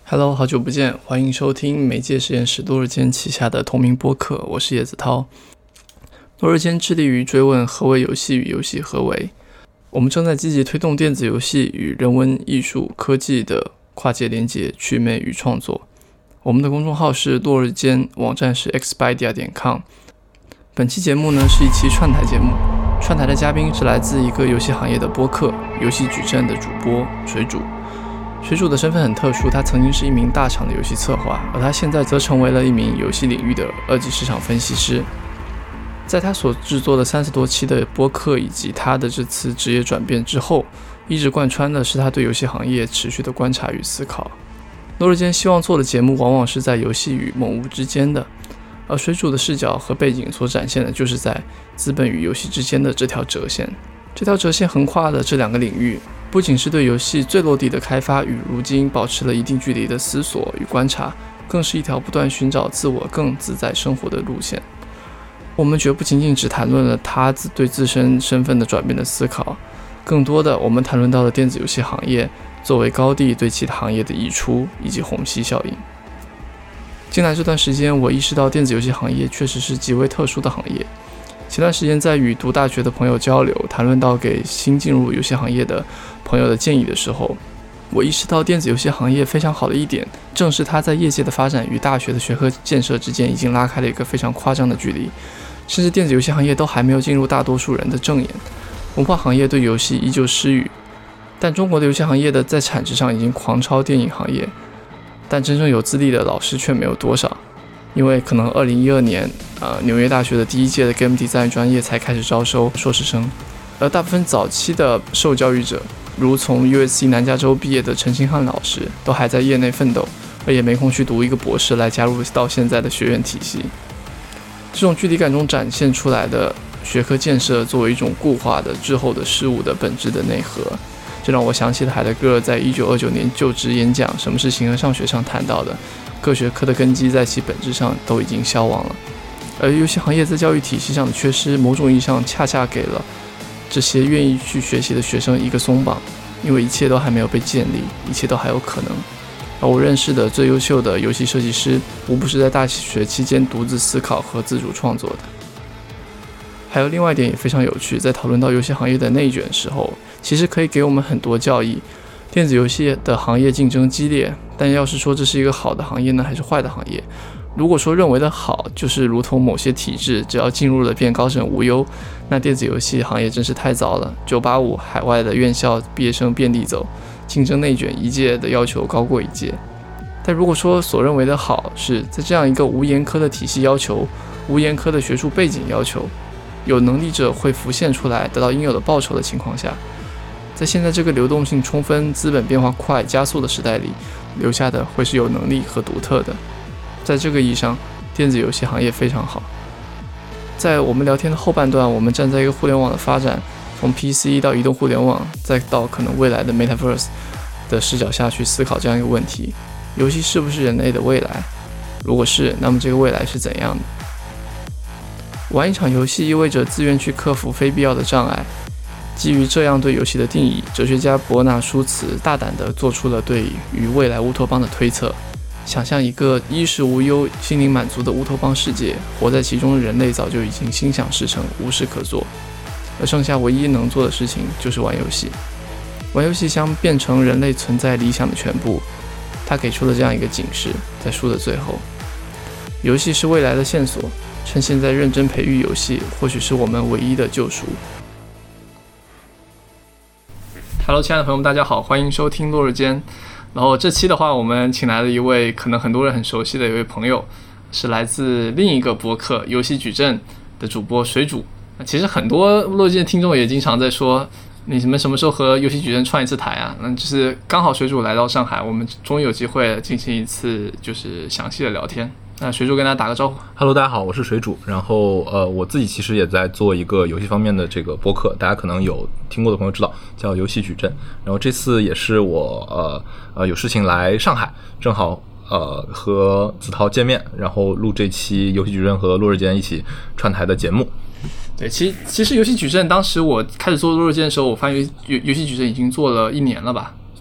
Hello， 好久不见，欢迎收听媒介实验室多日间旗下的同名播客，我是叶子涛。多日间致力于追问何为游戏与游戏何为。我们正在积极推动电子游戏与人文艺术科技的跨界连结、祛魅与创作。我们的公众号是多日间，网站是 xpedia.com。本期节目呢是一期串台节目，串台的嘉宾是来自一个游戏行业的播客游戏矩阵的主播水煮。水煮的身份很特殊，他曾经是一名大厂的游戏策划，而他现在则成为了一名游戏领域的二级市场分析师。在他所制作的30多期的播客以及他的这次职业转变之后，一直贯穿的是他对游戏行业持续的观察与思考。多日间希望做的节目往往是在游戏与某物之间的，而水煮的视角和背景所展现的就是在资本与游戏之间的这条折线。这条折线横跨了这两个领域，不仅是对游戏最落地的开发与如今保持了一定距离的思索与观察，更是一条不断寻找自我更自在生活的路线。我们绝不仅仅只谈论了他对自身身份的转变的思考，更多的我们谈论到了电子游戏行业作为高地对其他行业的溢出以及虹吸效应。近来这段时间，我意识到电子游戏行业确实是极为特殊的行业。前段时间在与读大学的朋友交流，谈论到给新进入游戏行业的朋友的建议的时候，我意识到电子游戏行业非常好的一点，正是它在业界的发展与大学的学科建设之间已经拉开了一个非常夸张的距离，甚至电子游戏行业都还没有进入大多数人的正眼。文化行业对游戏依旧失语，但中国的游戏行业的在产值上已经狂超电影行业，但真正有资历的老师却没有多少。因为可能2012年纽约大学的第一届的 Game Design 专业才开始招收硕士生，而大部分早期的受教育者，如从 USC 南加州毕业的陈星汉老师，都还在业内奋斗，而也没空去读一个博士来加入到现在的学院体系。这种距离感中展现出来的学科建设作为一种固化的滞后的事物的本质的内核，这让我想起了海德格尔在1929年就职演讲《什么是形而上学》上谈到的，各学科的根基在其本质上都已经消亡了。而游戏行业在教育体系上的缺失，某种意义上恰恰给了这些愿意去学习的学生一个松绑，因为一切都还没有被建立，一切都还有可能。而我认识的最优秀的游戏设计师，无不是在大学期间独自思考和自主创作的。还有另外一点也非常有趣，在讨论到游戏行业的内卷时候，其实可以给我们很多教益。电子游戏的行业竞争激烈，但要是说这是一个好的行业呢，还是坏的行业？如果说认为的好，就是如同某些体制，只要进入了便高枕无忧，那电子游戏行业真是太糟了。985海外的院校毕业生遍地走，竞争内卷，一届的要求高过一届。但如果说所认为的好，是在这样一个无严苛的体系要求、无严苛的学术背景要求，有能力者会浮现出来，得到应有的报酬的情况下，在现在这个流动性充分、资本变化快、加速的时代里，留下的会是有能力和独特的。在这个意义上，电子游戏行业非常好。在我们聊天的后半段，我们站在一个互联网的发展，从 PC 到移动互联网，再到可能未来的 Metaverse 的视角下去思考这样一个问题：游戏是不是人类的未来？如果是，那么这个未来是怎样的？玩一场游戏意味着自愿去克服非必要的障碍。基于这样对游戏的定义，哲学家伯纳舒茨大胆地做出了对于未来乌托邦的推测。想象一个衣食无忧、心灵满足的乌托邦世界，活在其中的人类早就已经心想事成，无事可做，而剩下唯一能做的事情就是玩游戏。玩游戏将变成人类存在理想的全部。他给出了这样一个警示，在书的最后，游戏是未来的线索，趁现在认真培育游戏，或许是我们唯一的救赎。Hello， 亲爱的朋友们，大家好，欢迎收听落日间。然后这期的话，我们请来了一位可能很多人很熟悉的一位朋友，是来自另一个播客游戏矩阵的主播水煮。其实很多落日间的听众也经常在说，你们什么时候和游戏矩阵串一次台啊？就是刚好水煮来到上海，我们终于有机会进行一次就是详细的聊天。那水煮跟大家打个招呼。 Hello， 大家好，我是水煮。然后我自己其实也在做一个游戏方面的这个播客，大家可能有听过的朋友知道，叫游戏矩阵。然后这次也是我有事情来上海，正好和子涛见面，然后录这期游戏矩阵和落日间一起串台的节目。 对，其实游戏矩阵当时我开始做落日间的时候，我发现游戏矩阵已经做了1年了吧。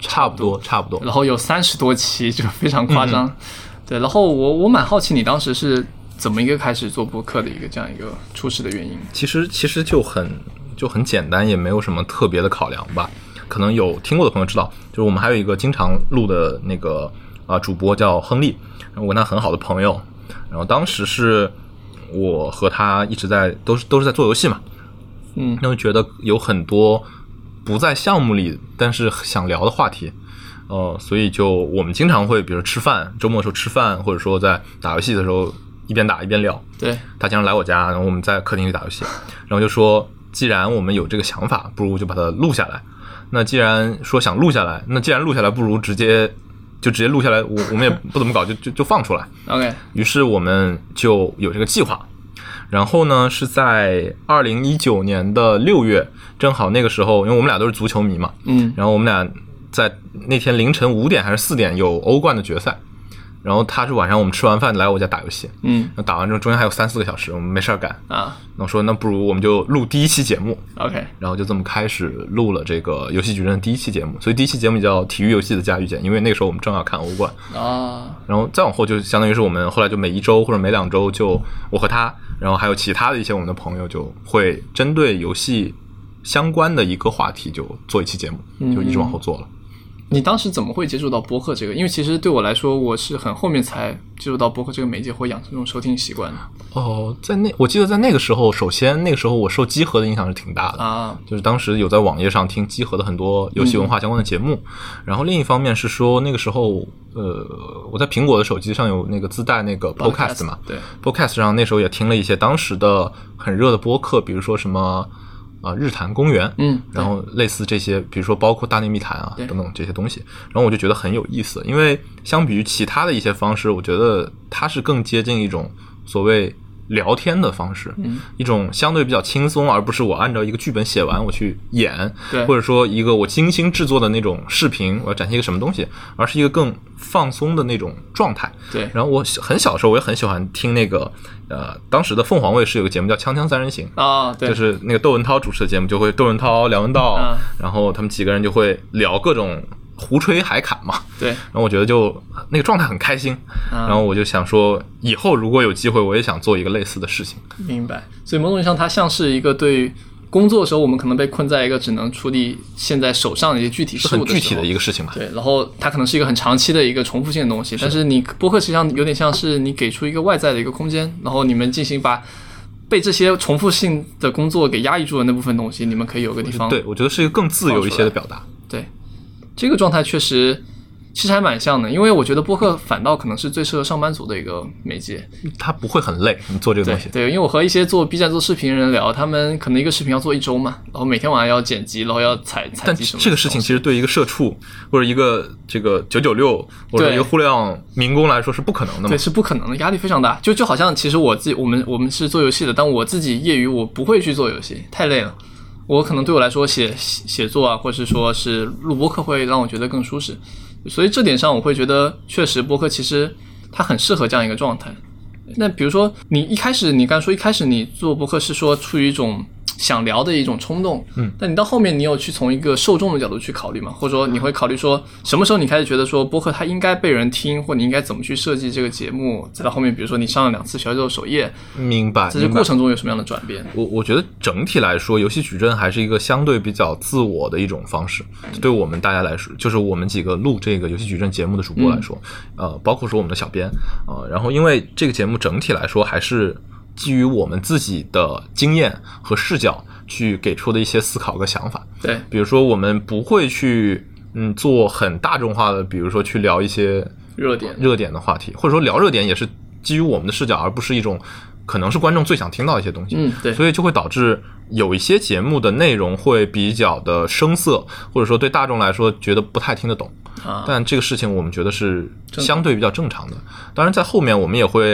差不多。 然后有30多期，就非常夸张。对，然后我蛮好奇你当时是怎么一个开始做播客的一个这样一个初始的原因。 其实就很简单，也没有什么特别的考量吧。可能有听过的朋友知道，就是我们还有一个经常录的那个主播叫亨利，然后我跟他很好的朋友，然后当时是我和他一直在都是在做游戏嘛，因为觉得有很多不在项目里但是想聊的话题，所以就我们经常会比如吃饭，周末的时候吃饭，或者说在打游戏的时候一边打一边聊。对，他经常来我家，然后我们在客厅里打游戏，然后就说既然我们有这个想法，不如就把它录下来。那既然说想录下来，那既然录下来，不如直接录下来，我们也不怎么搞，就放出来。OK。于是我们就有这个计划。然后呢，是在2019年的6月，正好那个时候，因为我们俩都是足球迷嘛，然后我们俩在那天凌晨5点还是4点有欧冠的决赛。然后他是晚上我们吃完饭来我家打游戏，那打完之后中间还有3-4个小时，我们没事干啊。那我说那不如我们就录第一期节目 ，OK。然后就这么开始录了这个游戏矩阵的第一期节目，所以第一期节目叫体育游戏的驾驭键，因为那个时候我们正要看欧冠啊。然后再往后就相当于是我们后来就每1周或者每2周就我和他，然后还有其他的一些我们的朋友就会针对游戏相关的一个话题就做一期节目，就一直往后做了。 你当时怎么会接触到播客这个？因为其实对我来说，我是很后面才接触到播客这个媒介或养成这种收听习惯的。 我记得在那个时候，首先那个时候我受集合的影响是挺大的啊，就是当时有在网页上听集合的很多游戏文化相关的节目。然后另一方面是说那个时候，我在苹果的手机上有那个自带那个 Podcast 嘛，对 ，Podcast 上那时候也听了一些当时的很热的播客，比如说什么。日坛公园，然后类似这些，比如说包括大内密谈啊等等这些东西，然后我就觉得很有意思，因为相比于其他的一些方式，我觉得它是更接近一种所谓聊天的方式，一种相对比较轻松，而不是我按照一个剧本写完我去演，或者说一个我精心制作的那种视频，我要展现一个什么东西，而是一个更放松的那种状态。对，然后我很小的时候我也很喜欢听那个当时的凤凰卫视有个节目叫《锵锵三人行》啊，对，就是那个窦文涛主持的节目，就会窦文涛、梁文道，然后他们几个人就会聊各种胡吹海侃嘛，对，然后我觉得就那个状态很开心，然后我就想说以后如果有机会我也想做一个类似的事情。 明白，所以某种意义上它像是一个对工作的时候我们可能被困在一个只能处理现在手上的一些具体事物的时候， 很具体的一个事情嘛， 对，然后它可能是一个很长期的一个重复性的东西，但是你播客实际上有点像是你给出一个外在的一个空间，然后你们进行把被这些重复性的工作给压抑住的那部分东西，你们可以有个地方， 对，我觉得是一个更自由一些的表达。 对，这个状态确实其实还蛮像的，因为我觉得播客反倒可能是最适合上班族的一个媒介， 它不会很累，你做这个东西。 对，因为我和一些做 B 站做视频的人聊，他们可能一个视频要做1周嘛，然后每天晚上要剪辑，然后要采集什么。 但这个事情其实对一个社畜或者一个这个996或者一个互联网民工来说是不可能的嘛。 对，是不可能的，压力非常大。就好像其实我们是做游戏的，但我自己业余我不会去做游戏，太累了。我可能对我来说写作啊，或者是说是录播客会让我觉得更舒适，所以这点上我会觉得确实播客其实它很适合这样一个状态。那比如说你刚才说一开始你做播客是说出于一种想聊的一种冲动，但你到后面你有去从一个受众的角度去考虑吗？或者说你会考虑说什么时候你开始觉得说播客它应该被人听，或你应该怎么去设计这个节目，再到后面比如说你上了2次小宇宙首页， 明白， 在这过程中有什么样的转变？ 我觉得整体来说游戏矩阵还是一个相对比较自我的一种方式，对我们大家来说，就是我们几个录这个游戏矩阵节目的主播来说，包括说我们的小编然后因为这个节目整体来说还是基于我们自己的经验和视角去给出的一些思考和想法。对，比如说我们不会去做很大众化的，比如说去聊一些热点的话题，或者说聊热点也是基于我们的视角，而不是一种可能是观众最想听到的一些东西。对，所以就会导致有一些节目的内容会比较的生涩，或者说对大众来说觉得不太听得懂但这个事情我们觉得是相对比较正常的。当然在后面我们也会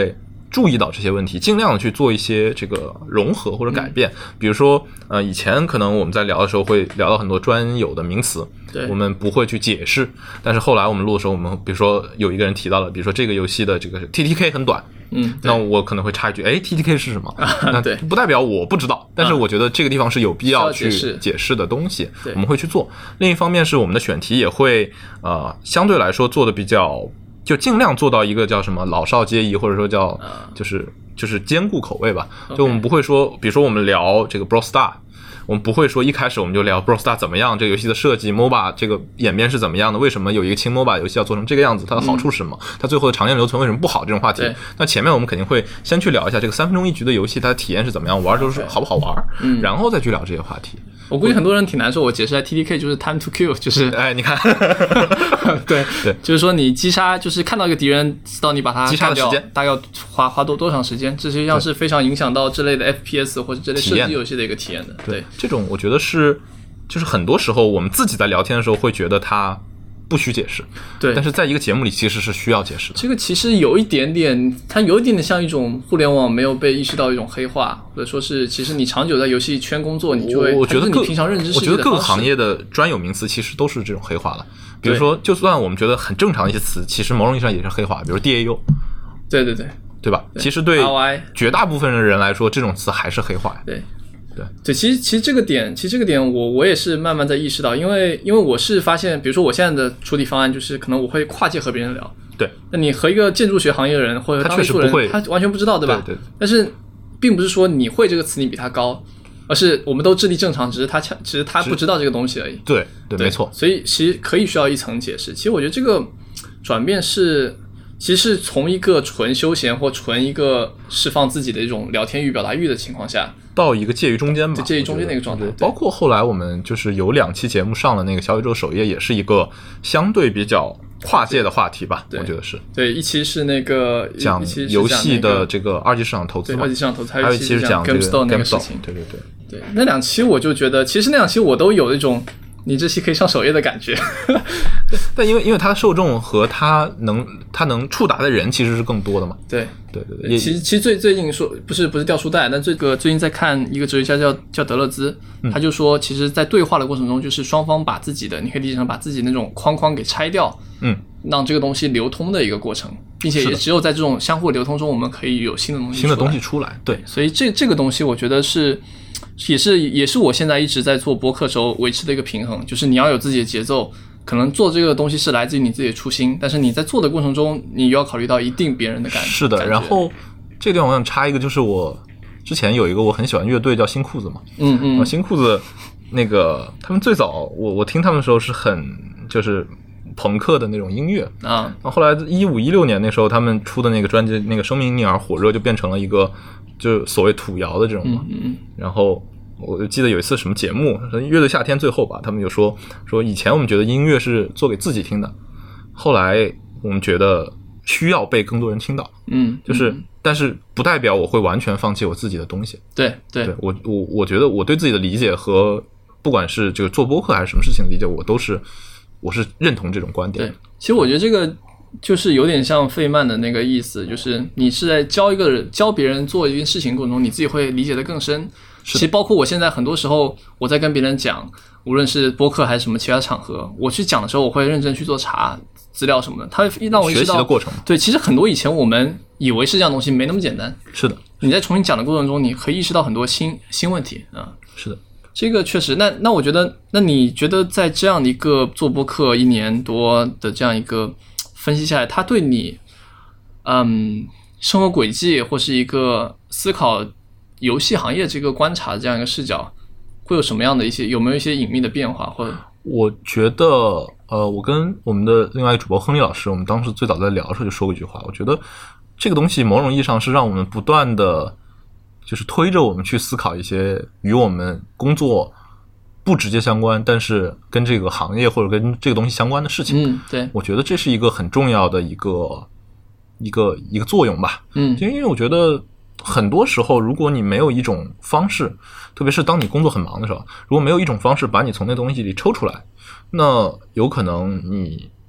注意到这些问题，尽量的去做一些这个融合或者改变。比如说以前可能我们在聊的时候会聊到很多专有的名词， 对， 我们不会去解释，但是后来我们录的时候，我们比如说有一个人提到了，比如说这个游戏的这个 TTK 很短，那我可能会插一句，TTK 是什么？那对， 不代表我不知道，但是我觉得这个地方是有必要去解释的东西，我们会去做。另一方面是我们的选题也会相对来说做的比较，就尽量做到一个叫什么老少皆宜，或者说叫就是兼顾口味吧。就我们不会说，比如说我们聊这个 Brawl Star， 我们不会说一开始我们就聊 Brawl Star 怎么样，这个游戏的设计 MOBA 这个演变是怎么样的，为什么有一个轻 MOBA 游戏要做成这个样子，它的好处是什么，它最后的长线留存为什么不好，这种话题。那前面我们肯定会先去聊一下这个3分钟一局的游戏它的体验是怎么样，玩的时候是好不好玩，然后再去聊这些话题。 我估计很多人挺难受，我解释下 TTK 就是 time to kill， 就是你看对，就是说你击杀，就是看到一个敌人到你把他击杀的时间大概要花多长时间，这实际上是非常影响到这类的 FPS 或者这类射击游戏的一个体验的。对， 这种我觉得是就是很多时候我们自己在聊天的时候会觉得它不需解释， 对， 但是在一个节目里其实是需要解释的。 这个其实有一点点，它有一点点像一种互联网没有被意识到一种黑化，或者说是其实你长久在游戏圈工作，你就会， 我觉得你平常认知世界的方式， 我觉得各个行业的专有名词其实都是这种黑化的。比如说，就算我们觉得很正常的一些词，其实某种意义上也是黑化，比如 DAU， 对吧？其实对绝大部分的人来说，这种词还是黑化。 对，其实这个点，我也是慢慢在意识到，因为我是发现，比如说我现在的处理方案就是可能我会跨界和别人聊， 对， 那你和一个建筑学行业的人或者当地人，他完全不知道，对吧？ 对。 但是并不是说你会这个词你比他高，而是我们都智力正常，只是他不知道这个东西而已。 对，没错。 所以其实可以需要一层解释。其实我觉得这个转变其实是从一个纯休闲或纯一个释放自己的一种聊天欲、表达欲的情况下， 到一个介于中间吧， 介于中间的一个状态。 包括后来我们就是有2期节目上了那个小宇宙首页，也是一个相对比较跨界的话题吧，我觉得是。 对，一期是那个讲游戏的这个二级市场投资嘛， 二级市场投资， 还有一期是讲 GameStop 那个事情。 对， 那2期我就觉得，其实那2期我都有一种你这期可以上首页的感觉。 但因为它的受众和它能触达的人其实是更多的嘛。 对。其实最近说不是掉书袋，但最近在看一个哲学家叫德勒兹，他就说，其实，在对话的过程中，就是双方把自己的，你可以理解成把自己那种框给拆掉，让这个东西流通的一个过程，并且也只有在这种相互流通中，我们可以有新的东西出来。 对， 所以这个东西，我觉得也是我现在一直在做播客时候维持的一个平衡，就是你要有自己的节奏。可能做这个东西是来自于你自己的初心，但是你在做的过程中，你又要考虑到一定别人的感觉。 是的，然后这个地方我想插一个，就是我之前有一个我很喜欢乐队叫新裤子嘛，新裤子那个他们最早我听他们的时候是很就是朋克的那种音乐啊，然后后来15、16年那时候他们出的那个专辑那个生命逆而火热，就变成了一个就是所谓土谣的这种嘛，然后。我就记得有一次什么节目，乐队夏天最后吧，他们就说以前我们觉得音乐是做给自己听的，后来我们觉得需要被更多人听到，但是不代表我会完全放弃我自己的东西。对，我觉得我对自己的理解和不管是这个做播客还是什么事情的理解，我是认同这种观点。 对，其实我觉得这个就是有点像费曼的那个意思，就是你是在教别人做一件事情过程中，你自己会理解得更深。其实包括我现在很多时候我在跟别人讲，无论是播客还是什么其他场合，我去讲的时候，我会认真去做查资料什么的，它会让我意识到学习的过程。 对，其实很多以前我们以为是这样东西没那么简单。 是的， 你在重新讲的过程中，你可以意识到很多新问题啊。 是的， 这个确实。那我觉得，那你觉得在这样的一个做播客1年多的这样一个分析下来，它对你生活轨迹或是一个思考游戏行业这个观察的这样一个视角，会有什么样的有没有一些隐秘的变化？或者我觉得我跟我们的另外一个主播亨利老师，我们当时最早在聊的时候就说过一句话，我觉得这个东西某种意义上是让我们不断的就是推着我们去思考一些与我们工作不直接相关，但是跟这个行业或者跟这个东西相关的事情。 对， 我觉得这是一个很重要的一个作用吧。因为我觉得很多时候，如果你没有一种方式，特别是当你工作很忙的时候，如果没有一种方式把你从那东西里抽出来，那有可能你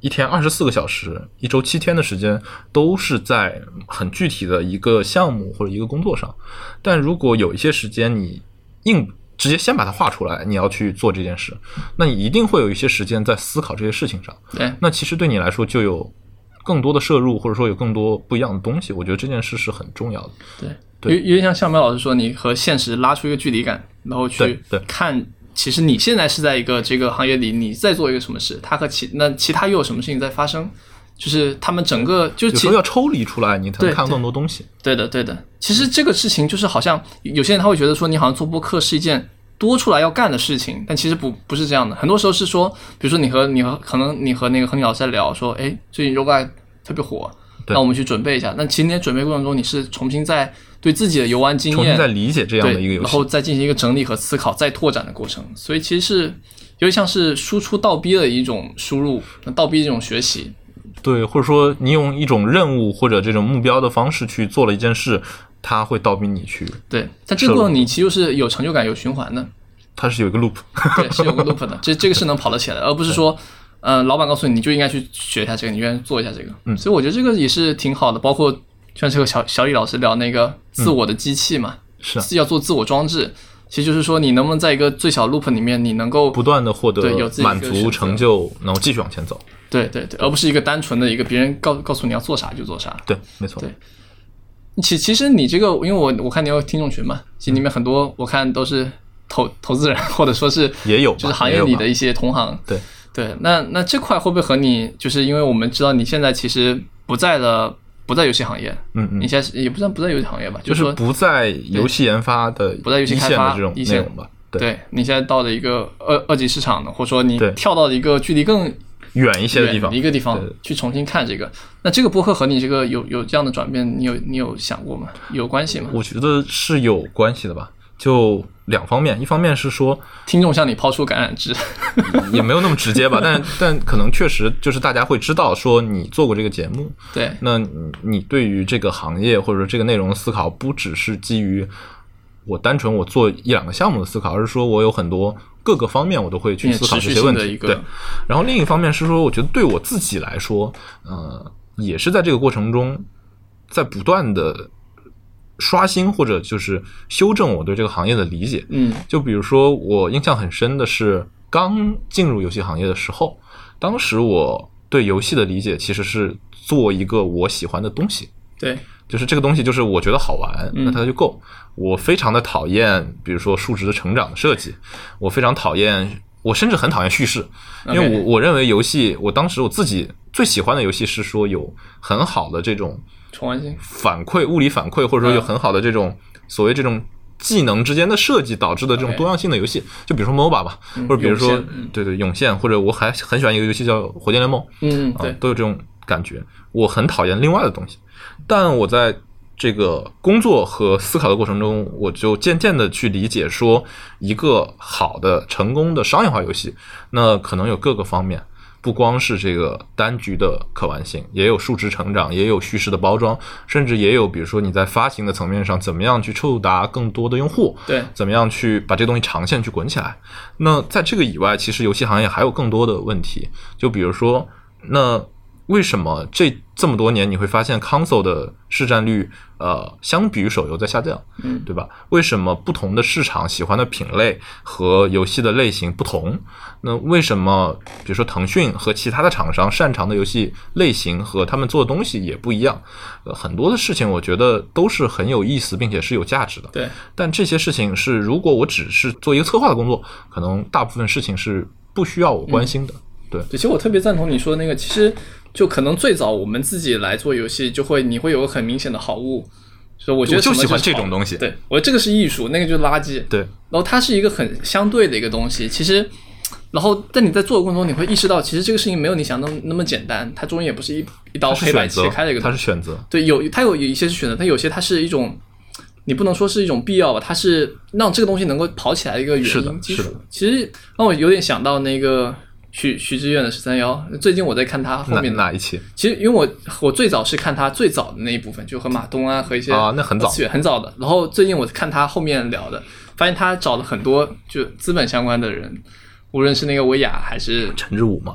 一天24个小时，一周7天的时间都是在很具体的一个项目或者一个工作上。但如果有一些时间你直接先把它画出来，你要去做这件事，那你一定会有一些时间在思考这些事情上。 对， 那其实对你来说就有更多的摄入，或者说有更多不一样的东西。我觉得这件事是很重要的。 对，有点像向彪老师说，你和现实拉出一个距离感，然后去看，其实你现在是在一个这个行业里，你在做一个什么事，它和其他又有什么事情在发生，就是他们整个就有时候要抽离出来，你才能看更多东西。 对的。其实这个事情就是好像有些人他会觉得说，你好像做播客是一件多出来要干的事情，但其实不是这样的。很多时候是说，比如说你和那个亨利老师在聊说，哎，最近 Roguelike 特别火，那我们去准备一下。但其实你在准备过程中，你是重新在对自己的游玩经验， 重新在理解这样的一个游戏， 然后再进行一个整理和思考，再拓展的过程。所以其实是有点像是输出倒逼的一种输入，倒逼这种学习。 对，或者说你用一种任务或者这种目标的方式去做了一件事，它会倒逼你去。 对，但这个过程你其实就是有成就感、有循环的。 它是有一个 loop， 对，是有个 loop 的，这个是能跑得起来的，而不是说，老板告诉你就应该去学一下这个，你愿意做一下这个。所以我觉得这个也是挺好的。包括像这个小李老师聊那个自我的机器嘛，是要做自我装置。其实就是说，你能不能在一个最小 loop 里面，你能够不断的获得满足、成就，然后继续往前走。 对，而不是一个单纯的一个别人告诉你要做啥就做啥。 对，没错。 对，其实你这个，因为我看你有听众群嘛，其实里面很多我看都是投资人，或者说是也有， 就是行业里的一些同行。对，那这块会不会和你，就是因为我们知道你现在其实不在游戏行业，你现在也不算不在游戏行业吧， 就是不在游戏研发的， 不在游戏开发这种内容吧。 对，你现在到了一个二级市场的，或者说你跳到了一个距离更远一些的地方， 一个地方去重新看这个。那这个播客和你这个有这样的转变，你有想过吗？有关系吗？ 我觉得是有关系的吧。就两方面，一方面是说听众向你抛出橄榄枝， 也没有那么直接吧，但可能确实就是大家会知道说你做过这个节目， 对， 那你对于这个行业或者说这个内容的思考，不只是基于我单纯我做1-2个项目的思考，而是说我有很多各个方面我都会去思考这些问题。对，然后另一方面是说，我觉得对我自己来说，也是在这个过程中，在不断的刷新或者就是修正我对这个行业的理解。就比如说我印象很深的是刚进入游戏行业的时候，当时我对游戏的理解其实是做一个我喜欢的东西。 对， 就是这个东西就是我觉得好玩，那它就够。我非常的讨厌比如说数值的成长的设计，我甚至很讨厌叙事，因为我认为游戏，我当时我自己最喜欢的游戏是说有很好的这种重玩性反馈，物理反馈，或者说有很好的这种所谓这种技能之间的设计导致的这种多样性的游戏，就比如说 MOBA 吧，或者比如说对涌现，或者我还很喜欢一个游戏叫火箭联盟，对，都有这种感觉。我很讨厌另外的东西，但我在这个工作和思考的过程中，我就渐渐的去理解说，一个好的成功的商业化游戏，那可能有各个方面，不光是这个单局的可玩性，也有数值成长，也有叙事的包装，甚至也有比如说你在发行的层面上怎么样去触达更多的用户，对，怎么样去把这东西长线去滚起来。那在这个以外，其实游戏行业还有更多的问题，就比如说那为什么这么多年你会发现 console 的市占率相比于手游在下降，对吧？为什么不同的市场喜欢的品类和游戏的类型不同？那为什么比如说腾讯和其他的厂商擅长的游戏类型和他们做的东西也不一样？很多的事情我觉得都是很有意思并且是有价值的。对，但这些事情是如果我只是做一个策划的工作，可能大部分事情是不需要我关心的。对， 其实我特别赞同你说那个，其实就可能最早我们自己来做游戏，你会有个很明显的好恶，所以我觉得我就喜欢这种东西。 对，我觉得这个是艺术，那个就是垃圾。对，然后它是一个很相对的一个东西，其实，然后在你在做的过程中，你会意识到，其实这个事情没有你想那么简单，它中间也不是一刀黑白切开的一个东西， 它是选择。 对，它有一些是选择，它有些它是一种，你不能说是一种必要吧，它是让这个东西能够跑起来的一个原因基础。其实让我有点想到那个。许知远的13-1，最近我在看他后面哪一期？ 其实因为我最早是看他最早的那一部分，就和马东啊和一些那很早很早的。然后最近我看他后面聊的，发现他找了很多就资本相关的人，无论是那个维亚还是陈志武嘛，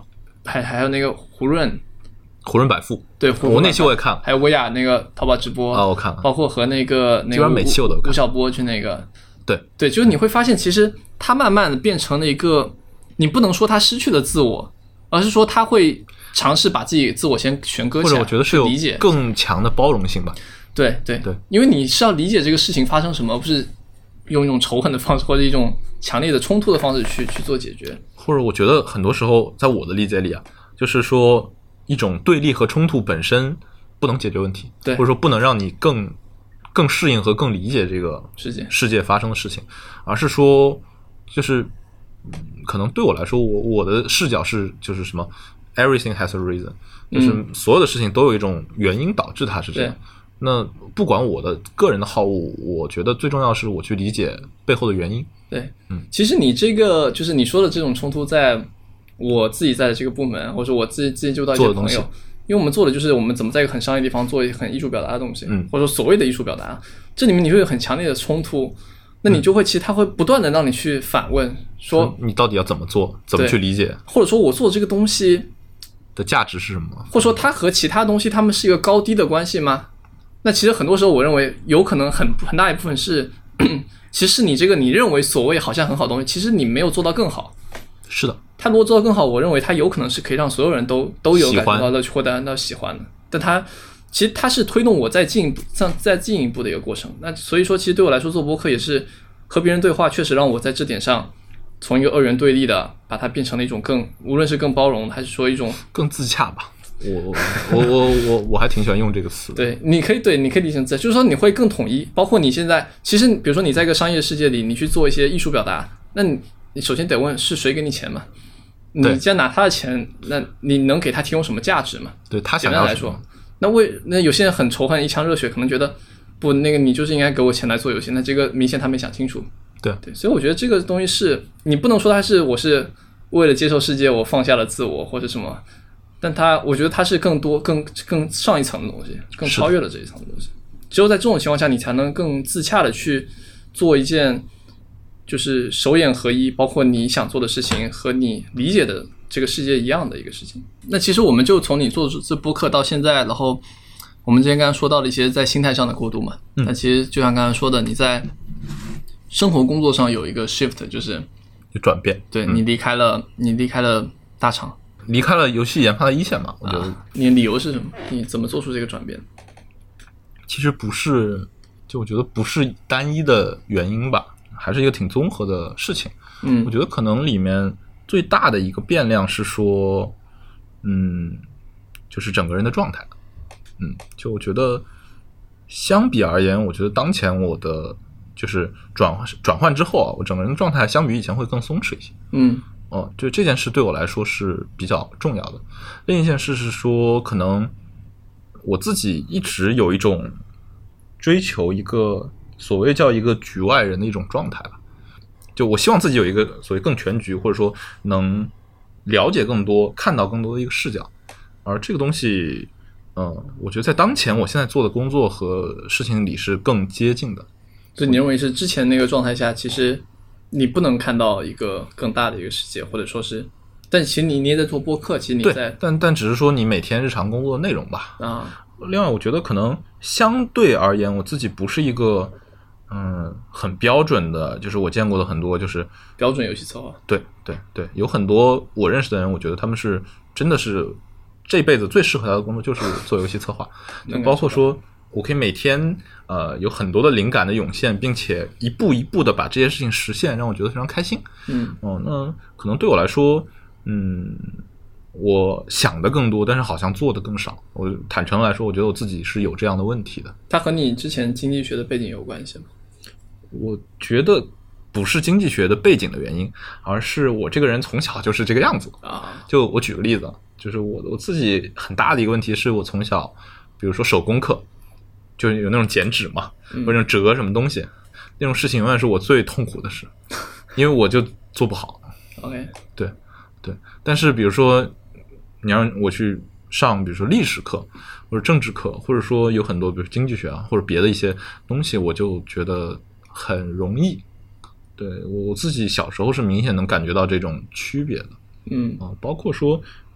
还有那个胡润百富， 对， 我那期我也看了， 还有薇娅那个淘宝直播啊，我看了， 包括和那个每期我都看吴晓波去那个， 对， 就是你会发现，其实他慢慢的变成了一个，你不能说他失去了自我，而是说他会尝试把自己自我先悬搁起来， 或者我觉得是有更强的包容性吧。 对，因为你是要理解这个事情发生什么，而不是用一种仇恨的方式或者一种强烈的冲突的方式去做解决。 或者我觉得很多时候在我的理解里啊，就是说一种对立和冲突本身不能解决问题， 对， 或者说不能让你更适应和更理解这个世界发生的事情，而是说就是可能对我来说，我的视角是就是什么 everything has a reason， 就是所有的事情都有一种原因导致它是这样。那不管我的个人的好恶，我觉得最重要是我去理解背后的原因。 对，其实你这个就是你说的这种冲突，在我自己在的这个部门，或者我自己就到一些朋友，因为我们做的就是我们怎么在一个很商业地方做一个很艺术表达的东西，或者说所谓的艺术表达，这里面你会有很强烈的冲突，那你就会其实他会不断的让你去反问，说你到底要怎么做，怎么去理解， 或者说我做这个东西的价值是什么， 或者说它和其他东西它们是一个高低的关系吗？那其实很多时候我认为有可能很大一部分是其实你这个你认为所谓好像很好的东西，其实你没有做到更好。 是的， 他如果做到更好，我认为他有可能是可以让所有人都有感觉到乐趣或者到喜欢的。但他其实他是推动我再进一步的一个过程。那所以说，其实对我来说做播客也是和别人对话，确实让我在这点上从一个二元对立的，把它变成了一种无论是更包容，还是说一种更自洽吧。我还挺喜欢用这个词的。 对，你可以理解就是说你会更统一，包括你现在其实比如说你在一个商业世界里，你去做一些艺术表达，那你首先得问是谁给你钱嘛？你既然拿他的钱，那你能给他提供什么价值嘛？ 对，他想要来说，那有些人很仇恨一腔热血，可能觉得不那个你就是应该给我钱来做游戏，那这个明显他没想清楚。 对， 所以我觉得这个东西是你不能说我是为了接受世界我放下了自我或者什么。但我觉得它是更上一层的东西，更超越了这一层的东西。只有在这种情况下，你才能更自洽的去做一件就是手眼合一，包括你想做的事情和你理解的这个世界一样的一个事情。那其实我们就从你做这播客到现在，然后我们之前刚刚说到了一些在心态上的过渡嘛。那其实就像刚才说的，你在生活工作上有一个 shift， 就是转变。 对，你离开了大厂。 离开了游戏研发的一线嘛，我觉得。 你的理由是什么？你怎么做出这个转变？ 其实不是，就我觉得不是单一的原因吧，还是一个挺综合的事情。我觉得可能里面最大的一个变量是说，就是整个人的状态。就我觉得相比而言，我觉得当前我的就是转换之后啊，我整个人的状态相比以前会更松弛一些。就这件事对我来说是比较重要的。另一件事是说，可能我自己一直有一种追求一个所谓叫一个局外人的一种状态吧。就我希望自己有一个所谓更全局，或者说能了解更多、看到更多的一个视角。而这个东西，我觉得在当前我现在做的工作和事情里是更接近的。 所以你认为是之前那个状态下，其实你不能看到一个更大的一个世界，或者说是，但其实你也在做播客，其实你在但只是说你每天日常工作的内容吧。另外我觉得可能相对而言，我自己不是一个很标准的，就是我见过的很多就是标准游戏策划。对， 有很多我认识的人，我觉得他们是真的是这辈子最适合他的工作就是做游戏策划，就包括说我可以每天有很多的灵感的涌现，并且一步一步的把这些事情实现，让我觉得非常开心。那可能对我来说，我想的更多，但是好像做的更少。我坦诚来说，我觉得我自己是有这样的问题的。 它和你之前经济学的背景有关系吗？ 我觉得不是经济学的背景的原因，而是我这个人从小就是这个样子啊。就我举个例子，就是我自己很大的一个问题是我从小，比如说手工课，就是有那种剪纸嘛，或者折什么东西，那种事情永远是我最痛苦的事，因为我就做不好。 OK， 对。但是比如说你让我去上比如说历史课或者政治课，或者说有很多比如经济学啊或者别的一些东西，我就觉得很容易。对，我自己小时候是明显能感觉到这种区别的。包括说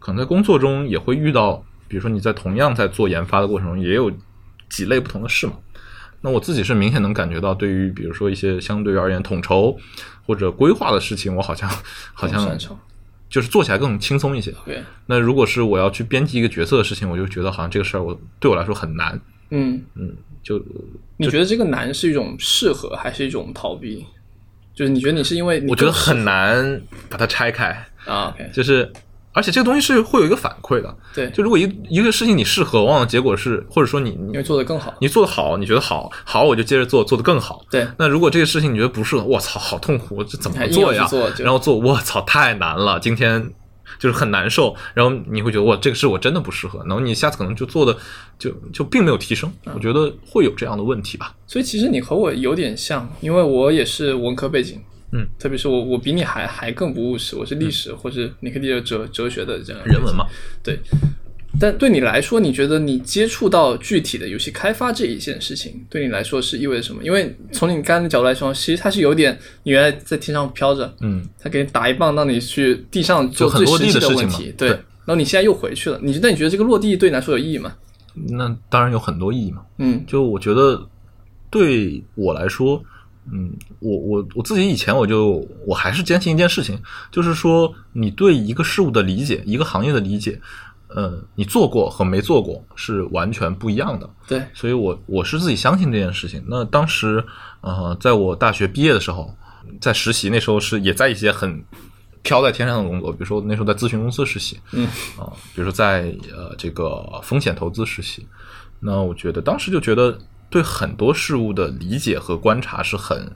可能在工作中也会遇到，比如说你在同样在做研发的过程中，也有几类不同的事嘛。那我自己是明显能感觉到，对于比如说一些相对而言统筹或者规划的事情，我好像就是做起来更轻松一些。 对。 那如果是我要去编辑一个角色的事情，我就觉得好像这个事儿对我来说很难。 你觉得这个难是一种适合还是一种逃避？就是你觉得你是因为我觉得很难把它拆开啊 ，OK， 就是而且这个东西是会有一个反馈的， 对， 就如果一个事情你适合，往往结果是或者说你会做得更好， 你做得好，你觉得好我就接着做得更好， 对。 那如果这个事情你觉得不适合，我操，好痛苦，这怎么做呀？然后做，我操，太难了，今天就是很难受，然后你会觉得哇，这个事我真的不适合，然后你下次可能就做的就并没有提升，我觉得会有这样的问题吧。 所以其实你和我有点像，因为我也是文科背景，特别是我比你还更不务实，我是历史或者你可以理解哲学的这样人文嘛， 对。但对你来说，你觉得你接触到具体的游戏开发这一件事情，对你来说是意味着什么？因为从你刚才的角度来说，其实它是有点你原来在天上飘着，它给你打一棒，让你去地上做最实际的问题，对。然后你现在又回去了，你觉得这个落地对你来说有意义吗？ 那当然有很多意义嘛，就我觉得对我来说，我自己以前我还是坚信一件事情，就是说你对一个事物的理解，一个行业的理解。你做过和没做过是完全不一样的。 对， 所以我是自己相信这件事情。那当时在我大学毕业的时候，在实习，那时候是也在一些很飘在天上的工作，比如说那时候在咨询公司实习，比如说在这个风险投资实习。那我觉得当时就觉得对很多事物的理解和观察是很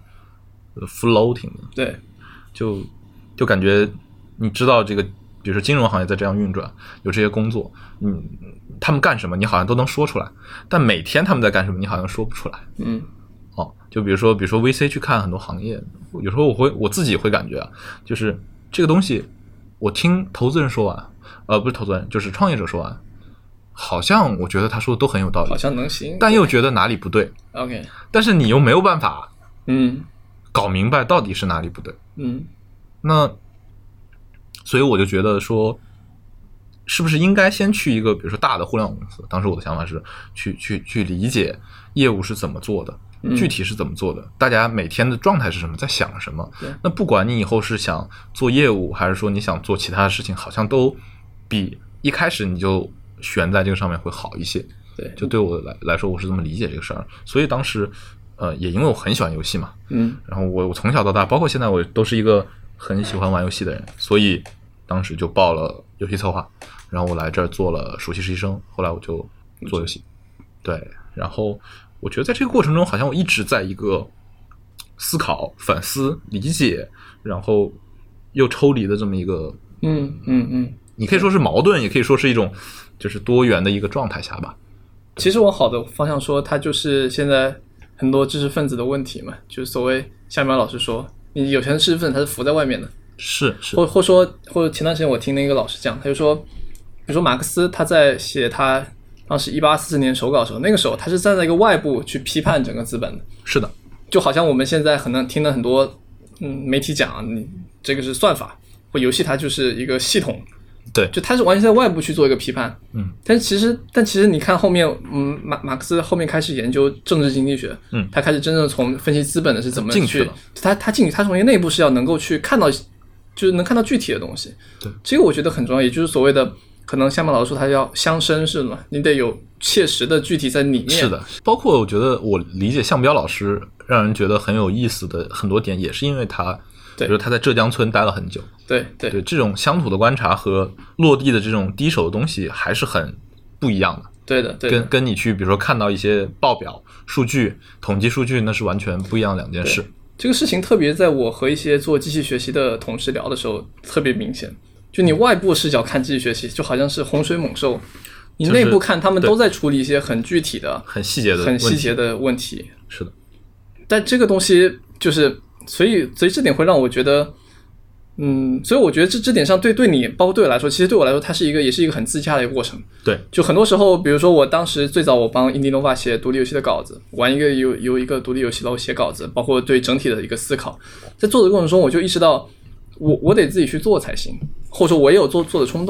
floating 的。 对， 就感觉你知道这个。比如说金融行业在这样运转，有这些工作，他们干什么你好像都能说出来，但每天他们在干什么你好像说不出来。就比如说 VC 去看很多行业，有时候我自己会感觉就是这个东西我听投资人说完，不是投资人，就是创业者说完，好像我觉得他说的都很有道理， 好像能行， 但又觉得哪里不对。 OK， 但是你又没有办法搞明白到底是哪里不对。那所以我就觉得说，是不是应该先去一个比如说大的互联网公司？当时我的想法是去理解业务是怎么做的，具体是怎么做的，大家每天的状态是什么，在想什么。那不管你以后是想做业务，还是说你想做其他的事情，好像都比一开始你就悬在这个上面会好一些。 对， 就对我来说，我是这么理解这个事儿。所以当时也因为我很喜欢游戏嘛，然后我从小到大，包括现在我都是一个很喜欢玩游戏的人，所以当时就报了游戏策划，然后我来这儿做了暑期实习生，后来我就做游戏。对，然后我觉得在这个过程中，好像我一直在一个思考、反思、理解，然后又抽离的这么一个，你可以说是矛盾，也可以说是一种就是多元的一个状态下吧。 其实往好的方向说，它就是现在很多知识分子的问题嘛，就是所谓夏苗老师说，你有些知识分子他是浮在外面的。 是， 或者前段时间我听那个老师讲，他就说，比如说马克思他在写他当时1844年手稿的时候，那个时候他是站在一个外部去批判整个资本的。 是的， 就好像我们现在可能听了很多媒体讲，你这个是算法或游戏，它就是一个系统。 对， 就他是完全在外部去做一个批判。但其实你看后面，马克思后面开始研究政治经济学，他开始真正从分析资本的是怎么去，他进去，他从一个内部是要能够去看到。就是能看到具体的东西。 对， 这个我觉得很重要，也就是所谓的可能夏曼老师说他要相生是吗？你得有切实的具体在里面。 是的，包括我觉得我理解向彪老师让人觉得很有意思的很多点，也是因为他，比如他在浙江村待了很久。 对， 这种乡土的观察和落地的这种第一手的东西还是很不一样的。 对的， 跟你去比如说看到一些报表、数据、统计数据，那是完全不一样的两件事。 这个事情特别在我和一些做机器学习的同事聊的时候特别明显，就你外部视角看机器学习就好像是洪水猛兽，你内部看他们都在处理一些很具体的、 很细节的问题。 是的， 但这个东西就是所以这点会让我觉得所以我觉得这点上对你包括对我来说，其实对我来说它是也是一个很自洽的一个过程。 对， 就很多时候比如说我当时最早我帮 Indinova 写独立游戏的稿子，玩一个有一个独立游戏然后写稿子，包括对整体的一个思考，在做的过程中我就意识到我得自己去做才行，或者说我也有做的冲动，